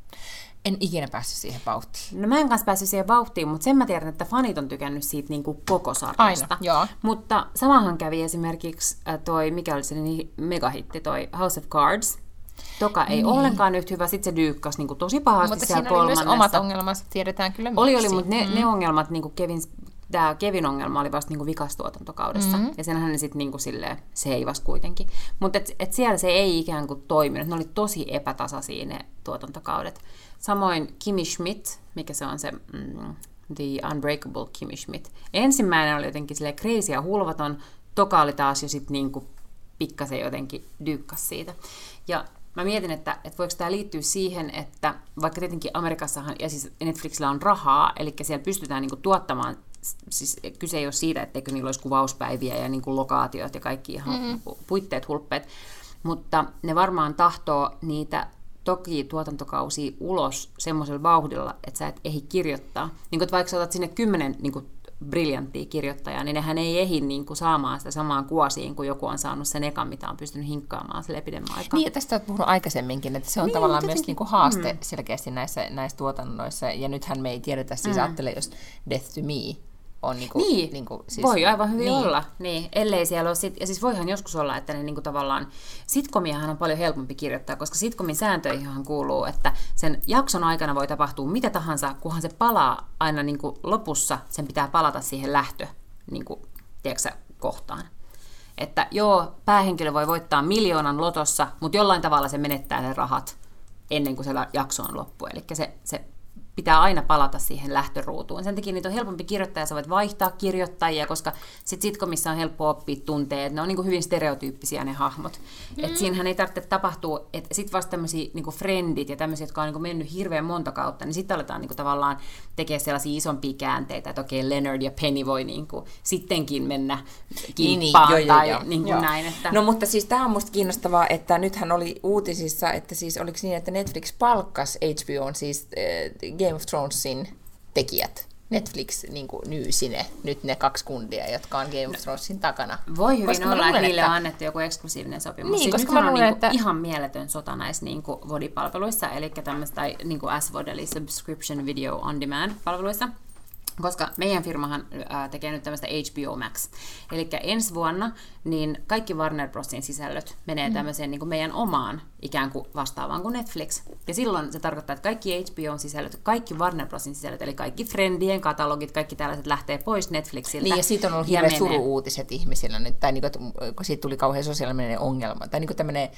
En ikinä päässyt siihen vauhtiin. No mä en kanssa päässyt siihen vauhtiin, mutta sen mä tiedän, että fanit on tykännyt siitä niin kuin koko sarjasta. Aina, joo. Mutta samahan kävi esimerkiksi toi, mikä oli se niin megahitti, toi House of Cards. Toka ei niin. ollenkaan nyt hyvä, sitten se dyykkasi niin kuin tosi pahasti mutta siellä kolmannessa. kolmannessa. Mutta siinä oli myös omat ongelmansa, tiedetään kyllä miksi. Oli, oli, mutta ne, mm. ne ongelmat, niin kuin Kevin, tämä Kevin ongelma oli vasta niin kuin vikastuotantokaudessa, mm-hmm. ja senhän ne sitten niin kuin silleen seivas kuitenkin. Mutta et, et siellä se ei ikään kuin toiminut, ne oli tosi epätasaisia ne tuotantokaudet. Samoin Kimmy Schmidt, mikä se on se mm, The Unbreakable Kimmy Schmidt. Ensimmäinen oli jotenkin silleen crazy ja hulvaton, toka oli taas jo sitten niin kuin pikkasen jotenkin dyykkas siitä. Ja mä mietin, että, että voiko tämä liittyä siihen, että vaikka tietenkin Amerikassahan, ja siis Netflixillä on rahaa, eli siellä pystytään niinku tuottamaan, siis kyse ei ole siitä, etteikö niillä olisi kuvauspäiviä ja niinku lokaatiot ja kaikki ihan mm-hmm. puitteet, hulppeet, mutta ne varmaan tahtoo niitä toki tuotantokausia ulos semmoisella vauhdilla, että sä et ehdi kirjoittaa. Niin kuin, että vaikka sä otat sinne kymmenen niin kuin briljanttia kirjoittajaa, niin nehän ei ehdi niin kuin saamaan sitä samaan kuosiin, kun joku on saanut sen ekan, mitä on pystynyt hinkkaamaan sille pidemmän aikaa. Niin, ja tästä olet puhunut aikaisemminkin, että se on niin, tavallaan myös niin kuin haaste mm. selkeästi näissä, näissä tuotannoissa, ja nythän me ei tiedetä, siis mm. ajattele, jos Death to Me on niinku, niin, niinku, siis, voi aivan hyvin niin. olla, niin, ellei siellä ole, sit, ja siis voihan joskus olla, että ne niinku tavallaan, sitcomiahan on paljon helpompi kirjoittaa, koska sitcomin sääntöihin kuuluu, että sen jakson aikana voi tapahtua mitä tahansa, kunhan se palaa aina niinku lopussa, sen pitää palata siihen lähtö, niinku, tiedätkö, kohtaan. Että joo, päähenkilö voi voittaa miljoonan lotossa, mutta jollain tavalla se menettää ne rahat ennen kuin se jakso on loppu, eli se, se pitää aina palata siihen lähtöruutuun. Sen takia niitä on helpompi kirjoittaa ja sä voit vaihtaa kirjoittajia, koska sit sitcomissa on helppo oppia tunteet. Ne on niinku hyvin stereotyyppisiä ne hahmot. Mm. Et siinähän ei tarvitse tapahtua, että sit vasta tämmöisiä niinku friendit ja tämmöisiä, jotka on niinku mennyt hirveän monta kautta, niin sitten aletaan niinku tavallaan tekemään sellaisia isompia käänteitä, että okei, Leonard ja Penny voi niinku sittenkin mennä kimppaan niin, niin. tai jo, jo, niinku jo. näin. Että... No mutta siis tämä on musta kiinnostavaa, että nythän oli uutisissa, että siis oliko niin, että Netflix palkkasi H B O:n siis äh, Game of Thronesin tekijät. Netflix niin kuin nyysi ne, nyt ne kaksi kundia, jotka on Game of Thronesin takana. Voi hyvin koska olla, että niille on annettu joku eksklusiivinen sopimus. Niin, siis koska mä luulen, on että... ihan mieletön sota näissä niin kuin V O D-palveluissa, eli tämmöistä niin kuin S V O D, eli Subscription Video On Demand-palveluissa. Koska meidän firmahan ää, tekee nyt tämmöistä H B O Max. Eli ensi vuonna niin kaikki Warner Brosin sisällöt menee mm. tämmöiseen niin kuin meidän omaan ikään kuin vastaavaan kuin Netflix. Ja silloin se tarkoittaa, että kaikki H B O:n sisällöt, kaikki Warner Brosin sisällöt, eli kaikki Friendien katalogit, kaikki tällaiset lähtee pois Netflixiltä. Niin, ja siitä on ollut hirveä suru-uutiset ihmisillä nyt, tai niin kuin, kun siitä tuli kauhean sosiaalinen ongelma, tai niin kuin tämmöinen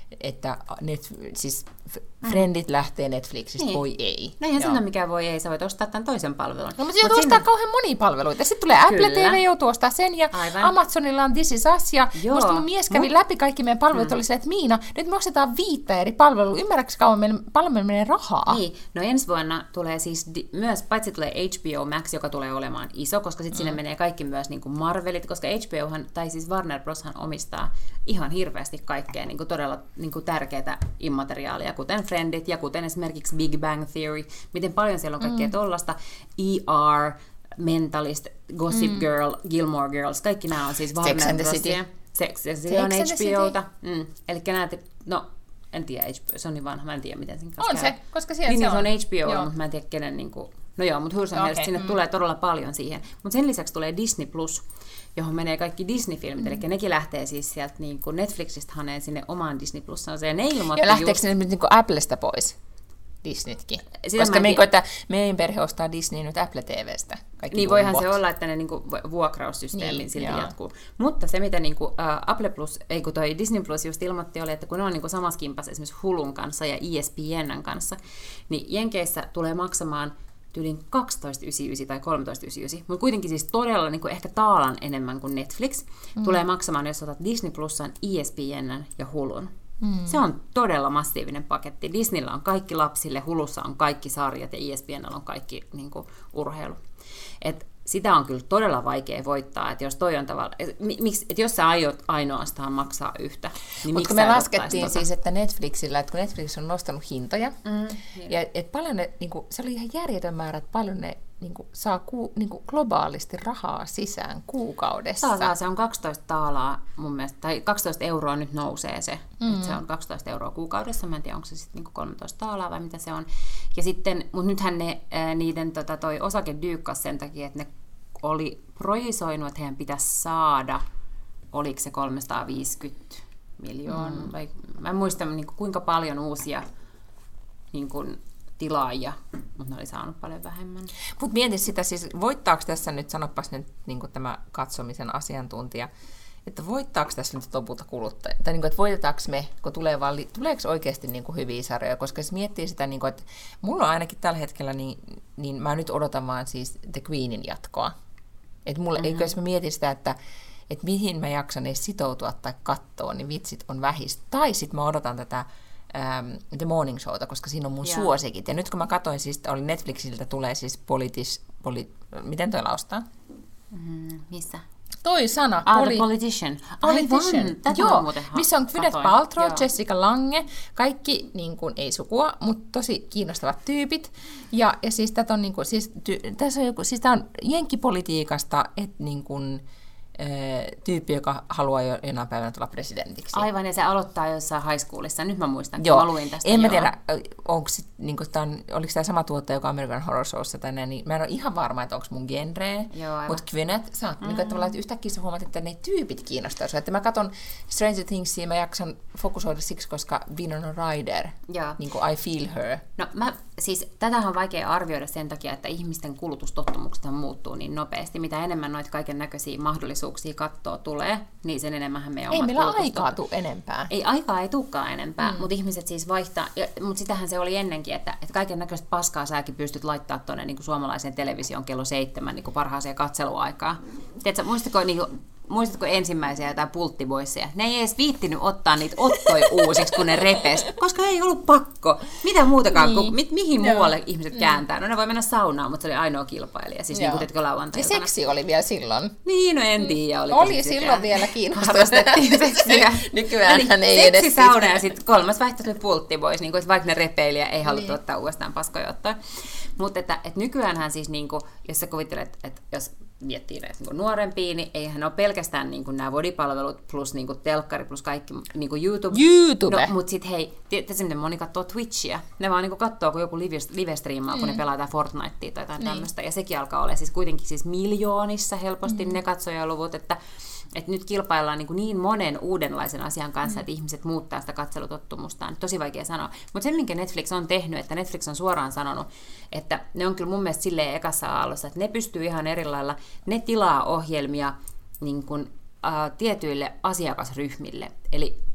että net, siis Friendit lähtee Netflixistä, niin. voi ei. No eihän sanoa mikään voi ei, sä voit ostaa tämän toisen palvelun. No, mutta se joutuu ostaa sinne kauhean monia palveluita. Sitten tulee Apple Kyllä. T V, joutuu ostaa sen, ja Aivan. Amazonilla on This Is Us, ja Joo. musta mun mies kävi Mut... läpi kaikki meidän palvelut, hmm. oli silleen, että Miina, nyt me ostetaan viittä eri palvelua, ymmärrätkö kauan meidän palvelu menee rahaa? Niin, no ensi vuonna tulee siis di- myös, paitsi tulee H B O Max, joka tulee olemaan iso, koska sitten sinne mm. menee kaikki myös niin kuin Marvelit, koska H B Ohan, tai siis Warner Broshan omistaa ihan hirveästi kaikkea niin kuin todella niin kuin tärkeää immateriaalia, kuten Friendit ja kuten esimerkiksi Big Bang Theory, miten paljon siellä on kaikkea mm. tollasta, E R, Mentalist, Gossip mm. Girl, Gilmore Girls, kaikki nämä on siis Warner Brosia. Sex and the City on H B Ota. Mm. Eli näet, no en tiedä, H B O, se on niin vanha, mä en tiedä miten sen kanssa on käy. se, koska siellä niin, se on. on. se on H B O, mutta mä en tiedä kenen, niin kuin, no joo, mutta Hursan okay. mielestä sinne mm. tulee todella paljon siihen. Mutta sen lisäksi tulee Disney Plus, johon menee kaikki Disney-filmit, mm. eli nekin lähtee siis sieltä niin kuin Netflixistä haneen sinne omaan Disney Plusaan. Ja ne ilmoitti ja lähteekö just... ne nyt niin kuin Applesta pois? Disneytkin. Sitä koska me, tiedä... että meidän perhe ostaa Disney nyt Apple T V:stä. Kaikki niin voihan bot. se olla, että ne niinku vuokraussysteemin niin, silti joo. jatkuu. Mutta se, mitä niinku, uh, Apple Plus, ei kun toi Disney Plus just ilmoitti, oli, että kun ne on niinku samassa kimpassa esimerkiksi Hulun kanssa ja E S P N:n kanssa, niin Jenkeissä tulee maksamaan tyylin kaksitoista yhdeksänkymmentäyhdeksän tai kolmetoista yhdeksänkymmentäyhdeksän, mutta kuitenkin siis todella niin kuin ehkä taalan enemmän kuin Netflix, mm. tulee maksamaan, jos otat Disney Plusan, E S P N:n ja Hulun. Mm. Se on todella massiivinen paketti. Disneyllä on kaikki lapsille, Hulussa on kaikki sarjat ja E S P N:llä on kaikki niin kuin, urheilu. Et sitä on kyllä todella vaikea voittaa, että jos toi on tavalla, et, miksi, et jos sä aiot ainoastaan maksaa yhtä, niin mutta kun me laskettiin tota? siis, että Netflixillä, että kun Netflix on nostanut hintoja, mm, ja et paljon ne, niin kuin, se oli ihan järjetön määrä, että paljon ne niin kuin, saa ku, niin kuin, globaalisti rahaa sisään kuukaudessa. Saa, saa, se on kaksitoista taalaa mun mielestä, tai kaksitoista euroa nyt nousee se, mm. että se on kaksitoista euroa kuukaudessa, mä en tiedä, onko se sitten niin kolmetoista taalaa vai mitä se on. Ja sitten, mutta nythän ne, ää, niiden tota, toi osake dyykkas sen takia, että ne oli projisoinut, että heidän pitäisi saada, oliko se kolmesataaviisikymmentä miljoonaa, mm. vai mä en muista niin kuin, kuinka paljon uusia niin kuin, tilaajia, mutta ne oli saanut paljon vähemmän. Mutta mieti sitä, siis voittaako tässä nyt, sanopas nyt niin kuin tämä katsomisen asiantuntija, että voittaako tässä nyt lopulta kuluttaja? Tai niin kuin, että voitetaanko me, kun tulee vaan, tuleeko oikeasti niin kuin hyviä sarjoja? Koska jos miettii sitä, niin kuin, että mulla on ainakin tällä hetkellä, niin, niin mä nyt odotan vaan siis The Queenin jatkoa. Että mulla, mm-hmm. jos mä mietin sitä, että että mihin mä jaksan edes sitoutua tai katsoa, niin vitsit on vähistä. Tai sitten mä odotan tätä ähm, The Morning Showta, koska siinä on mun yeah. suosikit. Ja nyt kun mä katsoin, siis oli Netflixiltä tulee siis politis... Poli, miten toi laustaa? Mm, missä? Toi sana. Ah, poli- The Politician. Politician. Aivan, tätä joo, on muuten missä on Gwyneth Paltrow, Jessica Lange, kaikki niin kuin, ei sukua, mutta tosi kiinnostavat tyypit. Ja, ja siis, tätä on, niin kuin, siis, ty, tässä on, joku, siis tämä on jenkkipolitiikasta, että niin kuin, tyyppi, joka haluaa jo jonain päivänä tulla presidentiksi. Aivan, ja se aloittaa jossain high schoolissa. Nyt mä muistan, kun joo. mä luin tästä. En mä joo. tiedä, onko sit, niin on, oliko tämä sama tuottaja, joka American Horror Showssa tai näin, niin mä en ole ihan varma, että onko mun genreä. Mutta Gwyneth, sä oot, mm. niin kuin, että yhtäkkiä sä huomaat, että ne tyypit kiinnostaa sua. Että mä katson Stranger Thingsia, mä jaksan fokusoida siksi, koska Winona Ryder, niin kuin I feel her. No mä, siis tätähän on vaikea arvioida sen takia, että ihmisten kulutustottumukset muuttuu niin nopeasti. Mitä enemmän noita kaiken näköisiä mahdollisuuksia kattoa tulee, niin sen enemmän meidän ei omat meillä aikaa tule enempää. Ei aikaa ei tulekaan enempää, mm. mutta ihmiset siis vaihtaa, mutta sitähän se oli ennenkin, että, että kaiken näköistä paskaa säkin pystyt laittaa tuonne niin suomalaiseen televisioon kello seitsemän niin parhaaseen katseluaikaan. Tiedätkö, muistatko, niin kuin, muistatko ensimmäisiä jotain pulttivoisseja? Ne ei edes viittinyt ottaa niitä ottoja uusiksi, kun ne repes, koska ei ollut pakko. Mitä muutakaan, niin. mi, mihin no. muualle ihmiset mm. kääntää? No ne voi mennä saunaan, mutta se oli ainoa kilpailija, siis niin kuin teetkö lauantaina. Ja seksi oli vielä silloin. Niin, no en tiedä. Oli, oli silloin vielä kiinnostunut. Harrastettiin seksiä. Nykyään no niin, ei edes. Seksisauna ja sitten kolmas vaihtoehto oli pulttivois, niin että vaikka ne repeili ei haluttu niin. ottaa uudestaan paskoja ottaa. Mutta että, että nykyäänhän siis, niin kuin, jos sä kuvittelet, että jos miettii näitä niin nuorempia, niin eihän ole pelkästään niin nämä vodipalvelut plus niin kuin telkkari plus kaikki niin kuin YouTube. YouTube! No, mutta sitten hei, tiedätkö miten moni katsoo Twitchiä? Ne vaan niin katsoo, kun joku live-striimaa, mm. kun ne pelaa jotain Fortnitea tai jotain niin. tämmöistä. Ja sekin alkaa olla siis kuitenkin siis miljoonissa helposti mm. ne katsojaluvut, että että nyt kilpaillaan niin, niin monen uudenlaisen asian kanssa, mm. että ihmiset muuttaa sitä katselutottumustaan. Tosi vaikea sanoa. Mutta se, minkä Netflix on tehnyt, että Netflix on suoraan sanonut, että ne on kyllä mun mielestä silleen ekassa aallossa, että ne pystyy ihan eri lailla, ne tilaa ohjelmia niin kuin, äh, tietyille asiakasryhmille. Eli kun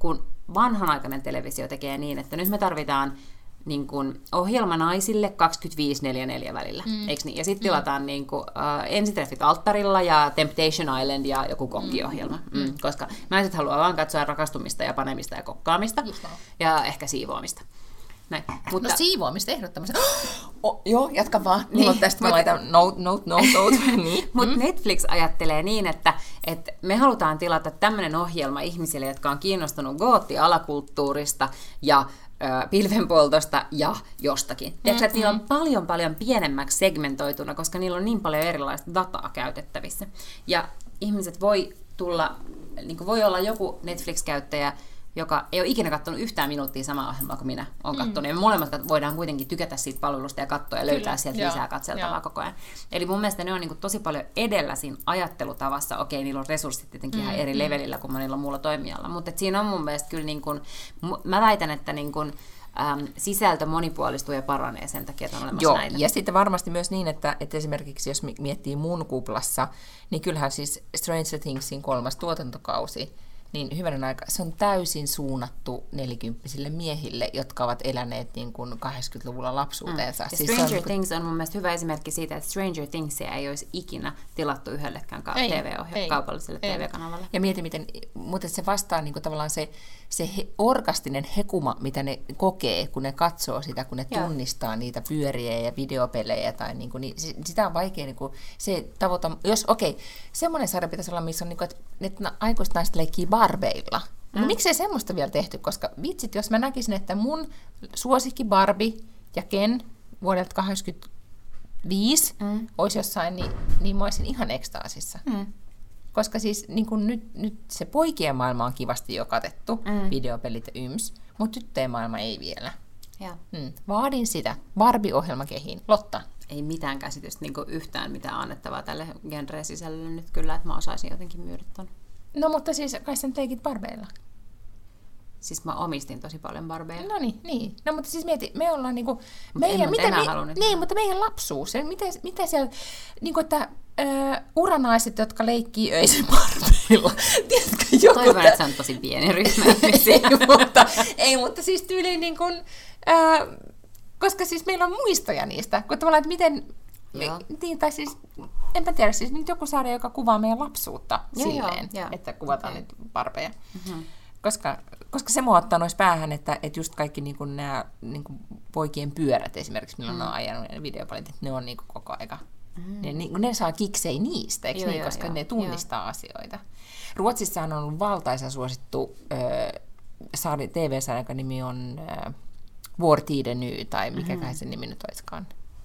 vanhanaikainen televisio tekee niin, että nyt me tarvitaan niin kuin ohjelma naisille kaksikymmentäviisi neljäkymmentäneljä välillä, mm. eikö niin? Ja sitten tilataan mm. niin kuin, uh, ensitreffit alttarilla ja Temptation Island ja joku kokkiohjelma, mm. Mm. koska naiset haluaa vaan katsoa rakastumista ja panemista ja kokkaamista ja ehkä siivoamista. Näin. Mutta... No siivoamista ehdottomasti. Oh, joo, jatka vaan. Niin, mutta tästä mä laitan note, note, note, note. Niin. Mutta mm. Netflix ajattelee niin, että, että me halutaan tilata tämmöinen ohjelma ihmisille, jotka on kiinnostunut gootti-alakulttuurista ja ö, pilvenpoltosta ja jostakin. Mm-hmm. Tiedätkö, että niillä on paljon paljon pienemmäksi segmentoituna, koska niillä on niin paljon erilaista dataa käytettävissä. Ja ihmiset voi tulla, niin kuin voi olla joku Netflix-käyttäjä, joka ei ole ikinä katsonut yhtään minuuttia samaa ohjelmaa kuin minä olen katsonut. Mm. Ja me molemmat voidaan kuitenkin tykätä siitä palvelusta ja katsoa ja löytää Kyllä. sieltä Joo. lisää katseltavaa Joo. koko ajan. Eli mun mielestä ne on niin kuin tosi paljon edellä siinä ajattelutavassa. Okei, niillä on resurssit tietenkin mm. ihan eri mm. levelillä kuin monilla muulla toimijalla. Mutta siinä on mun mielestä kyllä, niin kuin, mä väitän, että niin kuin, äm, sisältö monipuolistuu ja paranee sen takia, että on olemassa Joo, näitä. Ja sitten varmasti myös niin, että, että esimerkiksi jos miettii mun kuplassa, niin kyllähän siis Stranger Thingsin kolmas tuotantokausi, niin hyvänen aika, se on täysin suunnattu nelikymppisille miehille, jotka ovat eläneet niin kuin kahdeksankymmentäluvulla lapsuutensa. Mm. Ja siis Stranger on, Things on mun mielestä hyvä esimerkki siitä, että Stranger Thingsia ei olisi ikinä tilattu yhdellekään ka- ei, T V-ohjelmalle, kaupalliselle ei. T V-kanavalle. Ja mieti, miten, mutta se vastaa niin kuin tavallaan se, se he, orgastinen hekuma, mitä ne kokee, kun ne katsoo sitä, kun ne Joo. tunnistaa niitä pyöriä ja videopelejä, tai niin kuin, niin sitä on vaikea niin kuin, se tavoita, jos okei, okay, semmoinen sarja pitäisi olla, missä on, niin kuin, että, että aikuiset naiset leikkii barbeilla. Mm. No, miksei semmoista vielä tehty, koska vitsit, jos mä näkisin, että mun suosikki Barbie ja Ken vuodelta kahdeksankymmentäviisi mm. olisi jossain, niin, niin mä olisin ihan ekstaasissa. Mm. Koska siis niin kun nyt, nyt se poikien maailma on kivasti jo katettu, mm. videopelit ja yms, mutta tyttöjen maailma ei vielä. Mm. Vaadin sitä. Barbie-ohjelma kehiin. Lotta. Ei mitään käsitystä niin yhtään mitään annettavaa tälle genreen sisällölle nyt kyllä, että mä osaisin jotenkin myydä ton. No mutta siis kai sen teikit barbeilla. Siis mä omistin tosi paljon barbeja. No niin, niin. No mutta siis mieti, me ollaan niinku... Mutta meidän, en mitä, enää mi, halunnut. Niin, mutta meidän lapsuus, miten, miten siellä... Niinku, että ö, uranaiset, jotka leikkii öisen barbeilla. Tiedätkö joku... Toivon, että se on tosi pieni ryhmä. ei, mutta, ei, mutta siis tyyliin niin kuin... Ö, koska siis meillä on muistoja niistä. Kun tavallaan, että miten... Me, niin, tai siis, enpä tiedä, siis nyt joku sarja, joka kuvaa meidän lapsuutta joo, silleen, joo, että kuvataan okay. nyt barbeja. Mm-hmm. Koska, koska se mua ottaa noissa päähän, että, että just kaikki niin kuin nämä niin kuin poikien pyörät esimerkiksi, millä mm. on ajanut ne videopalit, että ne on niin kuin koko aika. Mm. Ne, niin, ne saa kiksei niistä, eikö joo, niin? Joo, koska joo, ne tunnistaa joo. asioita. Ruotsissa on ollut valtaisa suosittu äh, T V-sarja, jonka nimi on äh, Vår Tide Nu, tai mikäköhän mm-hmm. sen nimi nyt olisikaan.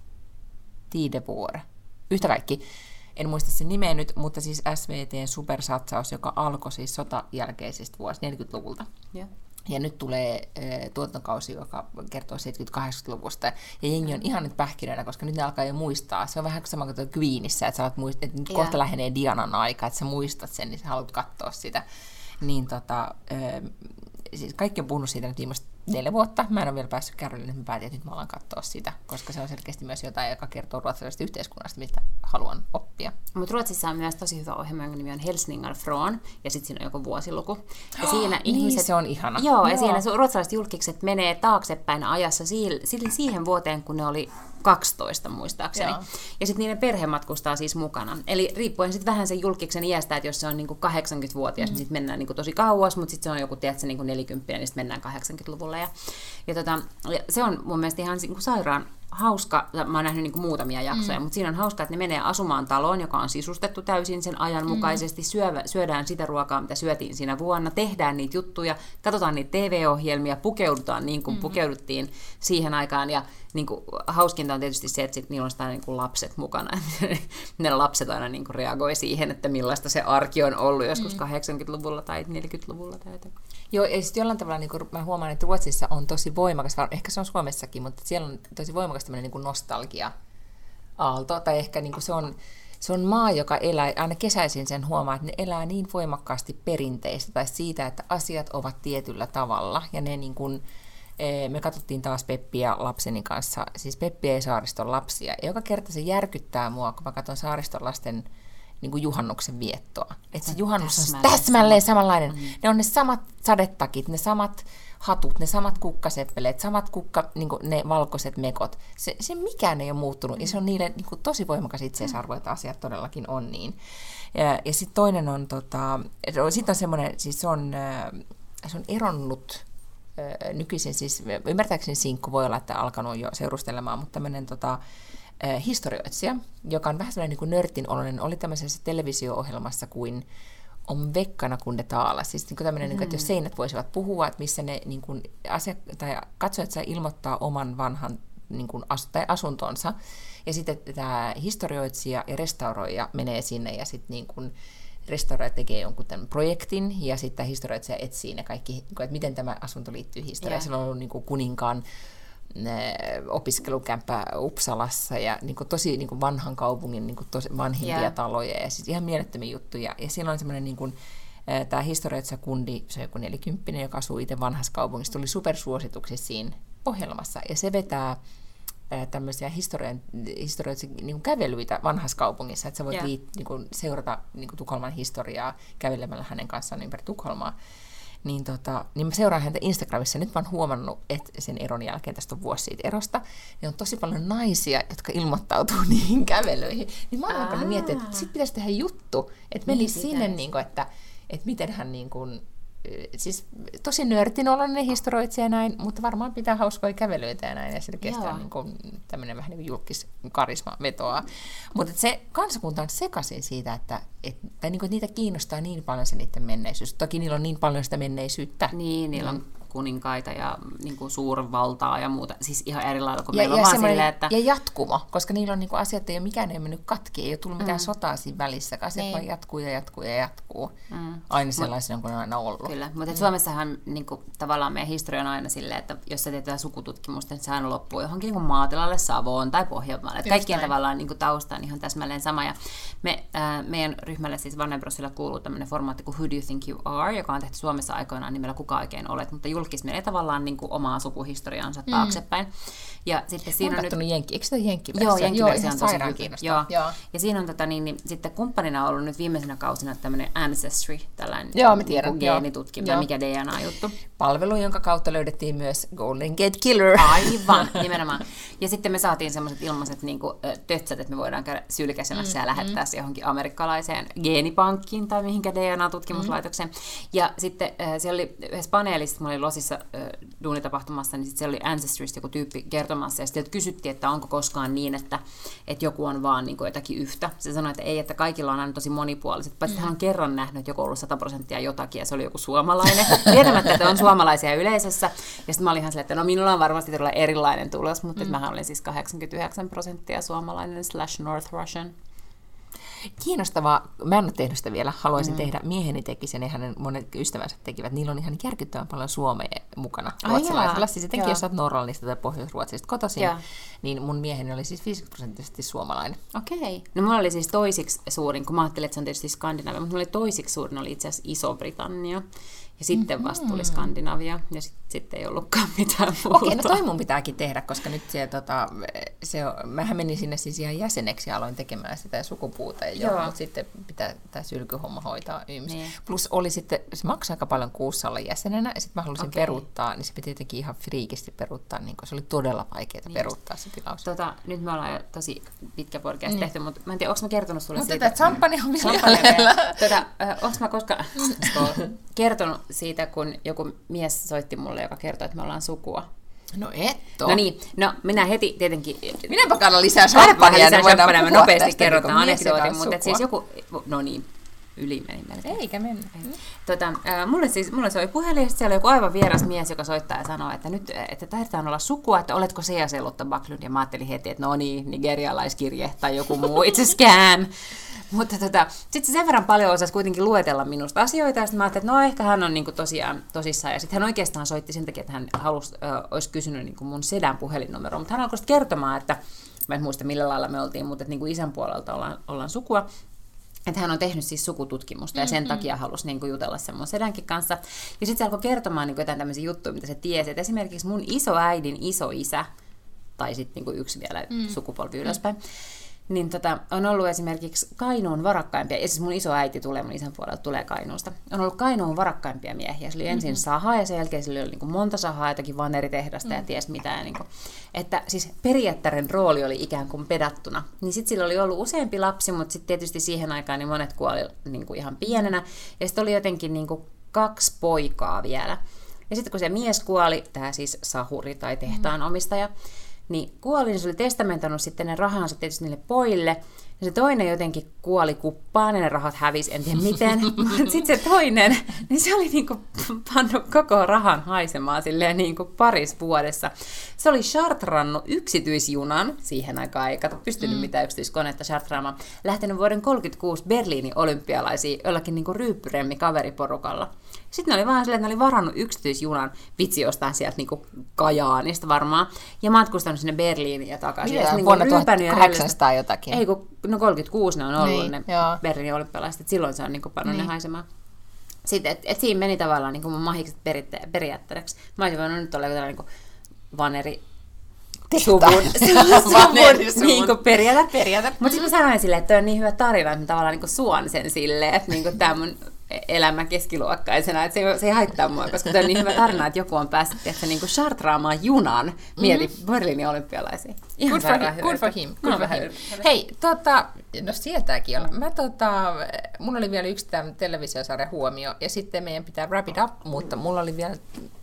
Tidevuore. Yhtä kaikki. En muista sen nimeä nyt, mutta siis S V T:n supersatsaus, joka alkoi siis sotajälkeisistä vuosista neljäkymmentäluvulta. Yeah. Ja nyt tulee e, tuotantokausi, joka kertoo seitsemänkymmentä-kahdeksankymmentäluvusta. Ja jengi on ihan nyt pähkinöinä, koska nyt ne alkaa jo muistaa. Se on vähän sama kuin Queenissä, että, sä muist- että nyt yeah. kohta lähenee Dianan aika, että sä muistat sen, niin sä haluat katsoa sitä. Niin tota, e, siis kaikki on puhunut siitä nyt viimeistä neljä vuotta. Mä en ole vielä päässyt kärrylle, niin mä päätin, että nyt mä alan katsoa sitä, koska se on selkeästi myös jotain, joka kertoo ruotsalaisesta yhteiskunnasta, mistä haluan oppia. Mutta Ruotsissa on myös tosi hyvä ohjelma, jonka nimi on Helsningar från, ja sitten siinä on joku vuosiluku. Ja siinä niin, ihmiset, se on ihana. Joo, joo. Ja siinä ruotsalaiset julkikset menee taaksepäin ajassa siihen vuoteen, kun ne oli kaksitoista muistaakseni. Joo. Ja sitten niiden perhe matkustaa siis mukana. Eli riippuen sitten vähän sen julkiksen iästä, että jos se on niinku kahdeksankymmentävuotias, mm. niin sitten mennään niinku tosi kauas, mutta sitten se on joku, tiedätkö, niinku neljäkymmentä, niin sitten mennään kahdeksankymmentäluvulle. Ja, ja, tota, ja se on mun mielestä ihan niinku sairaan hauska, mä oon nähnyt niinku muutamia jaksoja, mm. mutta siinä on hauska, että ne menee asumaan taloon, joka on sisustettu täysin sen ajan mukaisesti, mm. syö, syödään sitä ruokaa, mitä syötiin siinä vuonna, tehdään niitä juttuja, katsotaan niitä T V-ohjelmia, pukeudutaan niin kuin mm. pukeuduttiin siihen aikaan, ja niin kuin, hauskinta on tietysti se, että sit niillä on sitä niin kuin lapset mukana, ne lapset aina niin kuin reagoi siihen, että millaista se arki on ollut joskus mm. kahdeksankymmentäluvulla tai neljäkymmentäluvulla tai jotain. Joo, ja sitten jollain tavalla niin kuin mä huomaan, että Ruotsissa on tosi voimakas, ehkä se on Suomessakin, mutta siellä on tosi voimakas tämmöinen niin kuin nostalgia-aalto, tai ehkä niin kuin se, on, se on maa, joka elää, aina kesäisin sen huomaa, että ne elää niin voimakkaasti perinteistä, tai siitä, että asiat ovat tietyllä tavalla, ja ne niin kuin, me katsottiin taas Peppiä lapseni kanssa, siis Peppi ei Saariston lapsia, ja joka kerta se järkyttää mua, kun mä katson Saariston lasten niin kuin juhannuksen viettoa. Että se juhannus on täsmälleen samanlainen. Mm. Ne on ne samat sadetakit, ne samat hatut, ne samat kukkaseppeleet, samat kukka, niin kuin ne valkoiset mekot. Se, se mikään ei ole muuttunut, mm. ja se on niille niin kuin tosi voimakas itseisarvo, että asiat todellakin on niin. Ja, ja sitten toinen on, tota, sit on semmoinen, siis se on, se on eronnut nykyisin, siis ymmärtääkseni sinkku voi olla, että alkanut jo seurustelemaan, mutta tämmöinen tota, historioitsija, joka on vähän sellainen niin kuin nörtin oloinen, oli tämmöisessä televisio-ohjelmassa kuin on vekkana kun ne taala. Siis niin kuin tämmöinen, mm. niin kuin, että jos seinät voisivat puhua, että missä ne niin kuin, asiak- tai katsojat saa ilmoittaa oman vanhan niin kuin, as- tai asuntonsa, ja sitten tämä historioitsija ja restauroija menee sinne, ja sitten niin kuin restauroija tekee jonkun tämän projektin, ja sitten historioitsija etsii ne kaikki, että miten tämä asunto liittyy historiaan. Yeah. Siellä on ollut niin kuin kuninkaan opiskelukämppä Uppsalassa, ja niin kuin tosi niin kuin vanhan kaupungin niin kuin tosi vanhimpia yeah. taloja, ja siis ihan mielettömiä juttuja. Ja siinä on semmoinen niin kuin, tämä historioitsija-kundi, se on joku nelikymppinen, joka asuu itse vanhassa kaupungissa, tuli supersuosituksi siinä ohjelmassa, ja se vetää tämmöisiä historian, historiallisia niin kävelyitä vanhassa kaupungissa, että sä voit yeah. liit, niin kuin, seurata niin kuin Tukholman historiaa kävelemällä hänen kanssaan ympäri Tukholmaa. Niin, tota, niin mä seuraan häntä Instagramissa, nyt mä oon huomannut, että sen eron jälkeen, tästä on vuosi siitä erosta, niin on tosi paljon naisia, jotka ilmoittautuu niihin kävelyihin. Niin mä oon alkanut miettiä, että sit pitäisi tehdä juttu, että menisi niin sinne, niin kuin, että, että miten hän niin kuin, siis tosi nörtinoloinen historioitsija ja näin, mutta varmaan pitää hauskoja kävelyitä ja näin, ja selkeästi on niin kuin, tämmöinen vähän niin kuin julkis karisma vetoaa. Mutta se kansakunta on sekaisin siitä, että, et, tai niin kuin, että niitä kiinnostaa niin paljon se niiden menneisyys. Toki niillä on niin paljon sitä menneisyyttä. Niin, niillä on kuninkaita ja niin kuin suurvaltaa ja muuta, siis ihan eri lailla kuin ja, meillä on vaan silleen, että... Ja jatkumo, koska niillä on niin kuin, asiat, ei ole mikään ei ole mennyt katki, ei ole tullut mitään mm. sotaa siinä välissä, asiat niin. vaan jatkuu ja jatkuu ja jatkuu, mm. aina sellaisena kuin on aina ollut. Kyllä, mutta mm. Suomessahan niin kuin, tavallaan meidän historia on aina silleen, että jos sä teet tätä sukututkimusta, niin se aina loppuu johonkin niin kuin maatilalle, Savoon tai Pohjanmaalle. Kaikkien näin. Tavallaan niin kuin, tausta on ihan täsmälleen sama. Ja me, äh, meidän ryhmälle, siis Vannebrosilla kuuluu tämmöinen formaatti kuin Who Do You Think You Are, joka on tehty Suomessa aikoinaan nimellä Kuka oikein olet, mutta julkis menee tavallaan niin kuin omaa sukuhistoriaansa mm. taaksepäin. Ja sitten siinä on nyt... Jenkki. Eikö sitä jenkkiversio? Joo, jenkkiversio on tosi hyvä. Joo. Joo. Ja siinä on tota, niin, niin, sitten kumppanina on ollut nyt viimeisenä kausina tämmöinen Ancestry, tällainen joo, niin geenitutkimus, mikä D N A-juttu. Palvelu, jonka kautta löydettiin myös Golden Gate Killer. Aivan, nimenomaan. Ja sitten me saatiin semmoiset ilmaiset niin kuin, tötsät, että me voidaan käydä sylkäsemässä mm, ja lähettää mm. se johonkin amerikkalaiseen geenipankkiin tai mihinkä D N A-tutkimuslaitokseen. Mm. Ja sitten äh, siellä oli yhdessä paneelissa, kun mä olin Losissa äh, duunitapahtumassa, niin sitten siellä oli Ancestrystä joku tyyppi kertomassa, ja sitten kysyttiin, että onko koskaan niin, että, että joku on vaan niin kuin jotakin yhtä. Se sanoi, että ei, että kaikilla on aina tosi monipuoliset. Paitsi mm. hän on kerran nähnyt, että joku on ollut sata prosenttia jotakin, ja se oli joku suomalainen. Tietämättä, että on suomalaisia yleisössä. Ja sitten mä olin ihan silleen, että no minulla on varmasti todella erilainen tulos, mutta mm. mähän olin siis kahdeksankymmentäyhdeksän prosenttia suomalainen slash North Russian. Kiinnostavaa. Mä en ole tehnyt sitä vielä. Haluaisin mm. tehdä. Mieheni teki sen ja hänen monet ystävänsä tekivät. Niillä on ihan järkyttävän paljon suomea mukana ruotsalaisella. Siis etenkin jos sä oot Norrallista tai Pohjois-Ruotsista kotoisin, ja. Niin mun mieheni oli siis viisikymmentä prosenttisesti suomalainen. Okei. No mulla oli siis toisiksi suurin, kun mä ajattelin, että se on tietysti Skandinavia, mutta mulla oli toisiksi suurin, oli itse asiassa Iso-Britannia. Ja sitten vasta tuli Skandinavia, ja sitten sit ei ollutkaan mitään muuta. Okei, no toi mun pitääkin tehdä, koska nyt se, tota, se on, mähän menin sinne siis ihan jäseneksi ja aloin tekemään sitä sukupuuta, ja mutta sitten pitää tämä sylkyhomma hoitaa yms. Niin. Plus oli sitten, se maksaa aika paljon kuussa olla jäsenenä, ja sitten mä halusin okay. peruuttaa, niin se piti jotenkin ihan friikisti peruuttaa, niin se oli todella vaikeaa niin. peruuttaa se tilaus. Tota, nyt me ollaan jo tosi pitkä podcast niin. tehty, mutta mä en tiedä, onko mä kertonut sulle mutta siitä. Mutta tätä champagne on vielä. Tota, äh, onko mä koskaan kertonut siitä, kun joku mies soitti mulle, joka kertoi, että me ollaan sukua. No et ole. No niin, no minä heti tietenkin... Minäpä kannan lisää champagnea, niin voidaan puhua me nopeasti kerrotaan anekdootin, mutta siis joku... No niin, yli meni melkein. Eikä mennä. Tota, äh, mulle, siis, mulle soi puhelin, ja siellä oli joku aivan vieras mies, joka soittaa ja sanoo, että nyt että taidetaan olla sukua, että oletko se ja se Lotta Backlund, ja mä ajattelin heti, että no niin, nigerialaiskirje tai joku muu, itse scam. Mutta tota, sitten se sen verran paljon osasi kuitenkin luetella minusta asioita, ja sitten mä ajattelin, että no ehkä hän on niinku tosiaan tosissaan, ja sitten hän oikeastaan soitti sen takia, että hän halusi, ö, olisi kysynyt niinku mun sedän puhelinnumeroa, mutta hän alkoi kertomaan, että mä en muista millä lailla me oltiin, mutta että niinku isän puolelta ollaan, ollaan sukua, että hän on tehnyt siis sukututkimusta, ja sen mm-hmm. takia halusi niinku jutella sen mun sedänkin kanssa. Ja sitten se alkoi kertomaan niinku jotain tämmöisiä juttuja, mitä se tiesi, että esimerkiksi mun isoäidin isoisä, tai sitten niinku yksi vielä mm. sukupolvi ylöspäin, niin tota, on ollut esimerkiksi Kainuun varakkaimpia, ja siis mun iso äiti tulee, mun isän puolelta tulee Kainuusta, on ollut Kainuun varakkaimpia miehiä. Se oli ensin mm-hmm. saha, ja sen jälkeen sillä oli niin kuin monta sahaa, jotakin vaneritehdasta mm-hmm. ja ties mitä. Ja niin kuin, että siis periattaren rooli oli ikään kuin pedattuna. Niin sitten sillä oli ollut useampi lapsi, mutta sitten tietysti siihen aikaan niin monet kuoli niin kuin ihan pienenä. Ja sitten oli jotenkin niin kuin kaksi poikaa vielä. Ja sitten kun se mies kuoli, tämä siis sahuri tai tehtaan omistaja, niin kuoli, niin se oli testamentannut sitten ne rahansa tietysti niille pojille. Ja se toinen jotenkin kuoli kuppaan, ja ne rahat hävisi, en tiedä miten. Mutta sitten se toinen, niin se oli niinku pannut koko rahan haisemaan silleen niinku paris vuodessa. Se oli chartrannut yksityisjunan, siihen aikaan ei kato pystynyt mm. mitään yksityiskonetta chartraamaan, lähtenyt vuoden kolmekymmentäkuusi Berliinin olympialaisiin jollakin niinku ryyppyremmi kaveriporukalla. Sitten ne oli vaan silleen, että ne oli varannut yksityisjunan, vitsi jostain sieltä niinku Kajaanista varmaan, ja matkustanut sinne Berliiniin ja takaisin. Mitä, ja vuonna tuhatkahdeksansataa jotakin? Ei, kun no kolmekymmentäkuusi ne on ollut niin, ne joo. Berliinin olympialaiset, että silloin se on niinku pannut niin. ne haisemaan. Sitten, että et siinä meni tavallaan niinku mun mahikset periaatteeksi. Mä olisin voinut nyt olla joku tällainen niinku vaneri suvun, suvun niinku periaate. periaate. Mutta sitten mä sanoin silleen, että toi on niin hyvä tarina, että mä tavallaan niinku suon sen silleen, että niinku tää mun elämä keskiluokkaisena, että se ei, se ei haittaa mua, koska toi on niin hyvä tarina, että joku on päässyt että niinku chartraamaan junan, mieti mm-hmm. Berliinin olympialaisiin. Good for, him, good for him. Good for him. Hei, tota, no sieltäkin olla. Mä tota, mulla oli vielä yksi tämän televisiosarjan huomio, ja sitten meidän pitää wrap it up, mutta mulla oli vielä,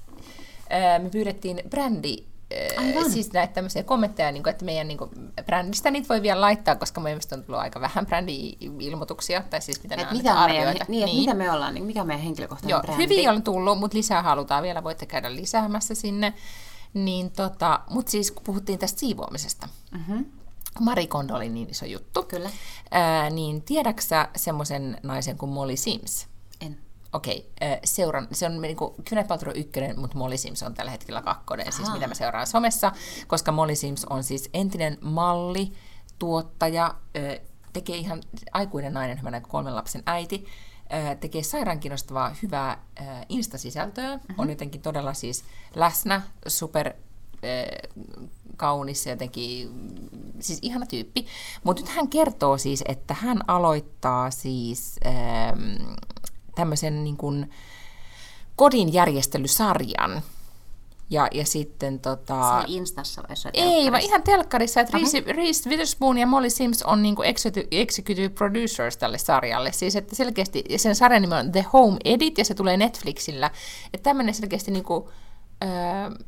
ää, me pyydettiin brändi, Aivan. Siis näitä tämmöisiä kommentteja, niin kuin, että meidän niin kuin, brändistä niitä voi vielä laittaa, koska meidän on tullut aika vähän brändi-ilmoituksia, tai siis mitä, mitä, arvioita. Meidän, niin, niin. mitä me ollaan, niin mikä on meidän henkilökohtainen Joo, brändi? Hyvin on tullut, mutta lisää halutaan vielä, voitte käydä lisäämässä sinne. Niin, tota, mutta siis kun puhuttiin tästä siivoamisesta, mm-hmm. Marie Kondo oli niin iso juttu, Kyllä. Ää, niin tiedäksä semmoisen naisen kuin Molly Sims? En. Okei, okay, seuran, se on niin kuin Gwyneth Paltrow ykkönen, mutta Molly Sims on tällä hetkellä kakkonen, siis mitä mä seuraan somessa, koska Molly Sims on siis entinen malli, tuottaja, tekee ihan aikuinen nainen, hyvänä kolmen lapsen äiti, tekee sairaan kiinnostavaa, hyvää instasisältöä, mm-hmm. on jotenkin todella siis läsnä, super kaunis, jotenkin, siis ihana tyyppi, mutta nyt hän kertoo siis, että hän aloittaa siis tämmöisen niin kuin kodin järjestelysarjan. Ja, ja sitten tota... Se on Instassa vai se on Ei, vaan ihan telkkarissa, että Reese, Reese Witherspoon ja Molly Sims on niin kuin executive producers tälle sarjalle. Siis että selkeästi, sen sarjan nimi on The Home Edit, ja se tulee Netflixillä. Että tämmöinen selkeästi niin kuin, öö,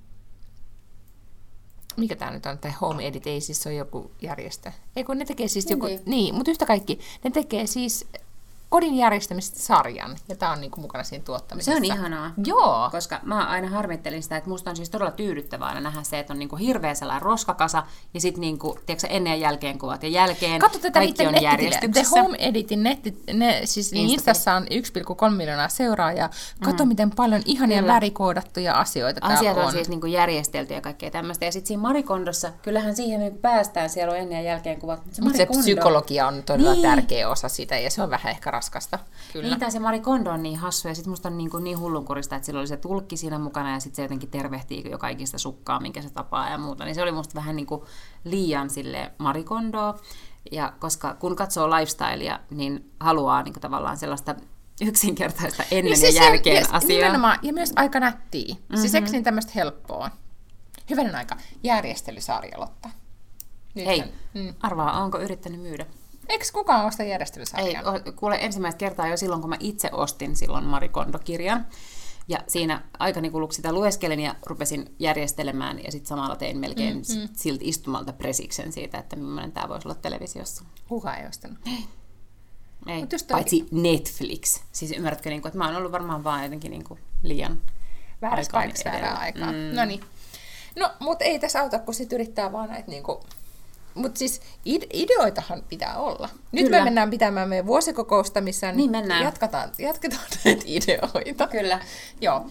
mikä tämä nyt on, tämä Home Edit, ei siis ole joku järjestö. Ei kun ne tekee siis joku, niin, mutta yhtä kaikki, ne tekee siis kodin järjestämistä sarjan, ja tämä on niinku mukana siinä tuottamisessa. Se on ihanaa. Joo. Koska mä aina harmittelin sitä, että musta on siis todella tyydyttävää aina nähdä se, että on niinku hirveä sellainen roskakasa, ja sitten niinku, tiedätkö, ennen ja jälkeen kuvat, ja jälkeen Katso tätä kaikki on järjestyksessä. The Home Editin netti, ne, siis Instassa on yksi pilkku kolme miljoonaa seuraajaa. Katso, mm. miten paljon ihania Kyllä. värikoodattuja asioita Asiat täällä on. on siis niinku järjestelty ja kaikkea tämmöistä. Ja sitten siinä Marie Kondossa, kyllähän siihen niinku päästään, siellä on ennen ja jälkeen kuvat. Mutta se, Mutta se psykologia on todella niin. tärkeä osa sitä, ja se on vähän ehkä raskasta. Kyllä. Niin, tai se Marie Kondo on niin hassu, ja sitten musta on niin, kuin niin hullunkurista, että sillä oli se tulkki siinä mukana, ja sitten se jotenkin tervehtii jo kaikista sukkaa, minkä se tapaa ja muuta. Niin se oli musta vähän niin kuin liian sille Marie Kondoa, ja koska kun katsoo lifestylea, niin haluaa niin kuin tavallaan sellaista yksinkertaista ennen niin siis ja jälkeen se, asiaa. Ja myös aika nättiä. Mm-hmm. Siis eikö niin tämmöistä helppoa? Hyvänen aika, järjestelysarja, Lotta. Nyt Hei, mm. arvaa, onko yrittänyt myydä? Eikö kukaan osta järjestelysarjaa? Ei, kuule ensimmäistä kertaa jo silloin, kun mä itse ostin silloin Marie Kondo-kirjan. Ja siinä aikani kuluksi sitä lueskelin ja rupesin järjestelemään, ja sitten samalla tein melkein mm, mm. siltä istumalta presiksen siitä, että millainen tämä voisi olla televisiossa. Kukaan ei ostanut. Ei, ei. Paitsi toi... Netflix. Siis ymmärrätkö, että mä oon ollut varmaan vaan jotenkin liian väärässä paikassa väärää aikaa. Mm. No niin. No, mutta ei tässä auta, kun sit yrittää vaan näitä niinku... Mutta siis ide- ideoitahan pitää olla. Nyt Kyllä. me mennään pitämään meidän vuosikokousta, missä niin mennään. Jatketaan, jatketaan näitä ideoita. Kyllä. Joo.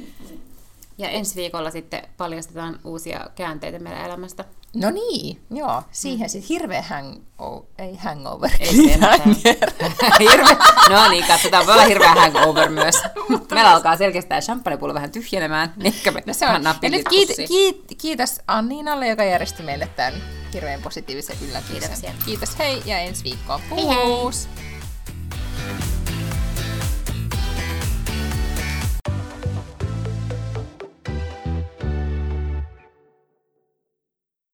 Ja ensi viikolla sitten paljastetaan uusia käänteitä meidän elämästä. No niin, joo. Siihen mm. sitten hirveä hangover. Ei hangover. Ei hirve. No niin, katsotaan. Voi olla hirveä hangover myös. Meillä alkaa selkeästi tämä champagnepullo vähän tyhjenemään. Ehkä me no se on. Ja nyt kiit- kiit- kiitos Anniinalle, joka järjesti meille tämän hirveän positiivisen yllätyksen. Kiitoksia. Kiitos, hei ja ensi viikkoon. Hei hei! Puus!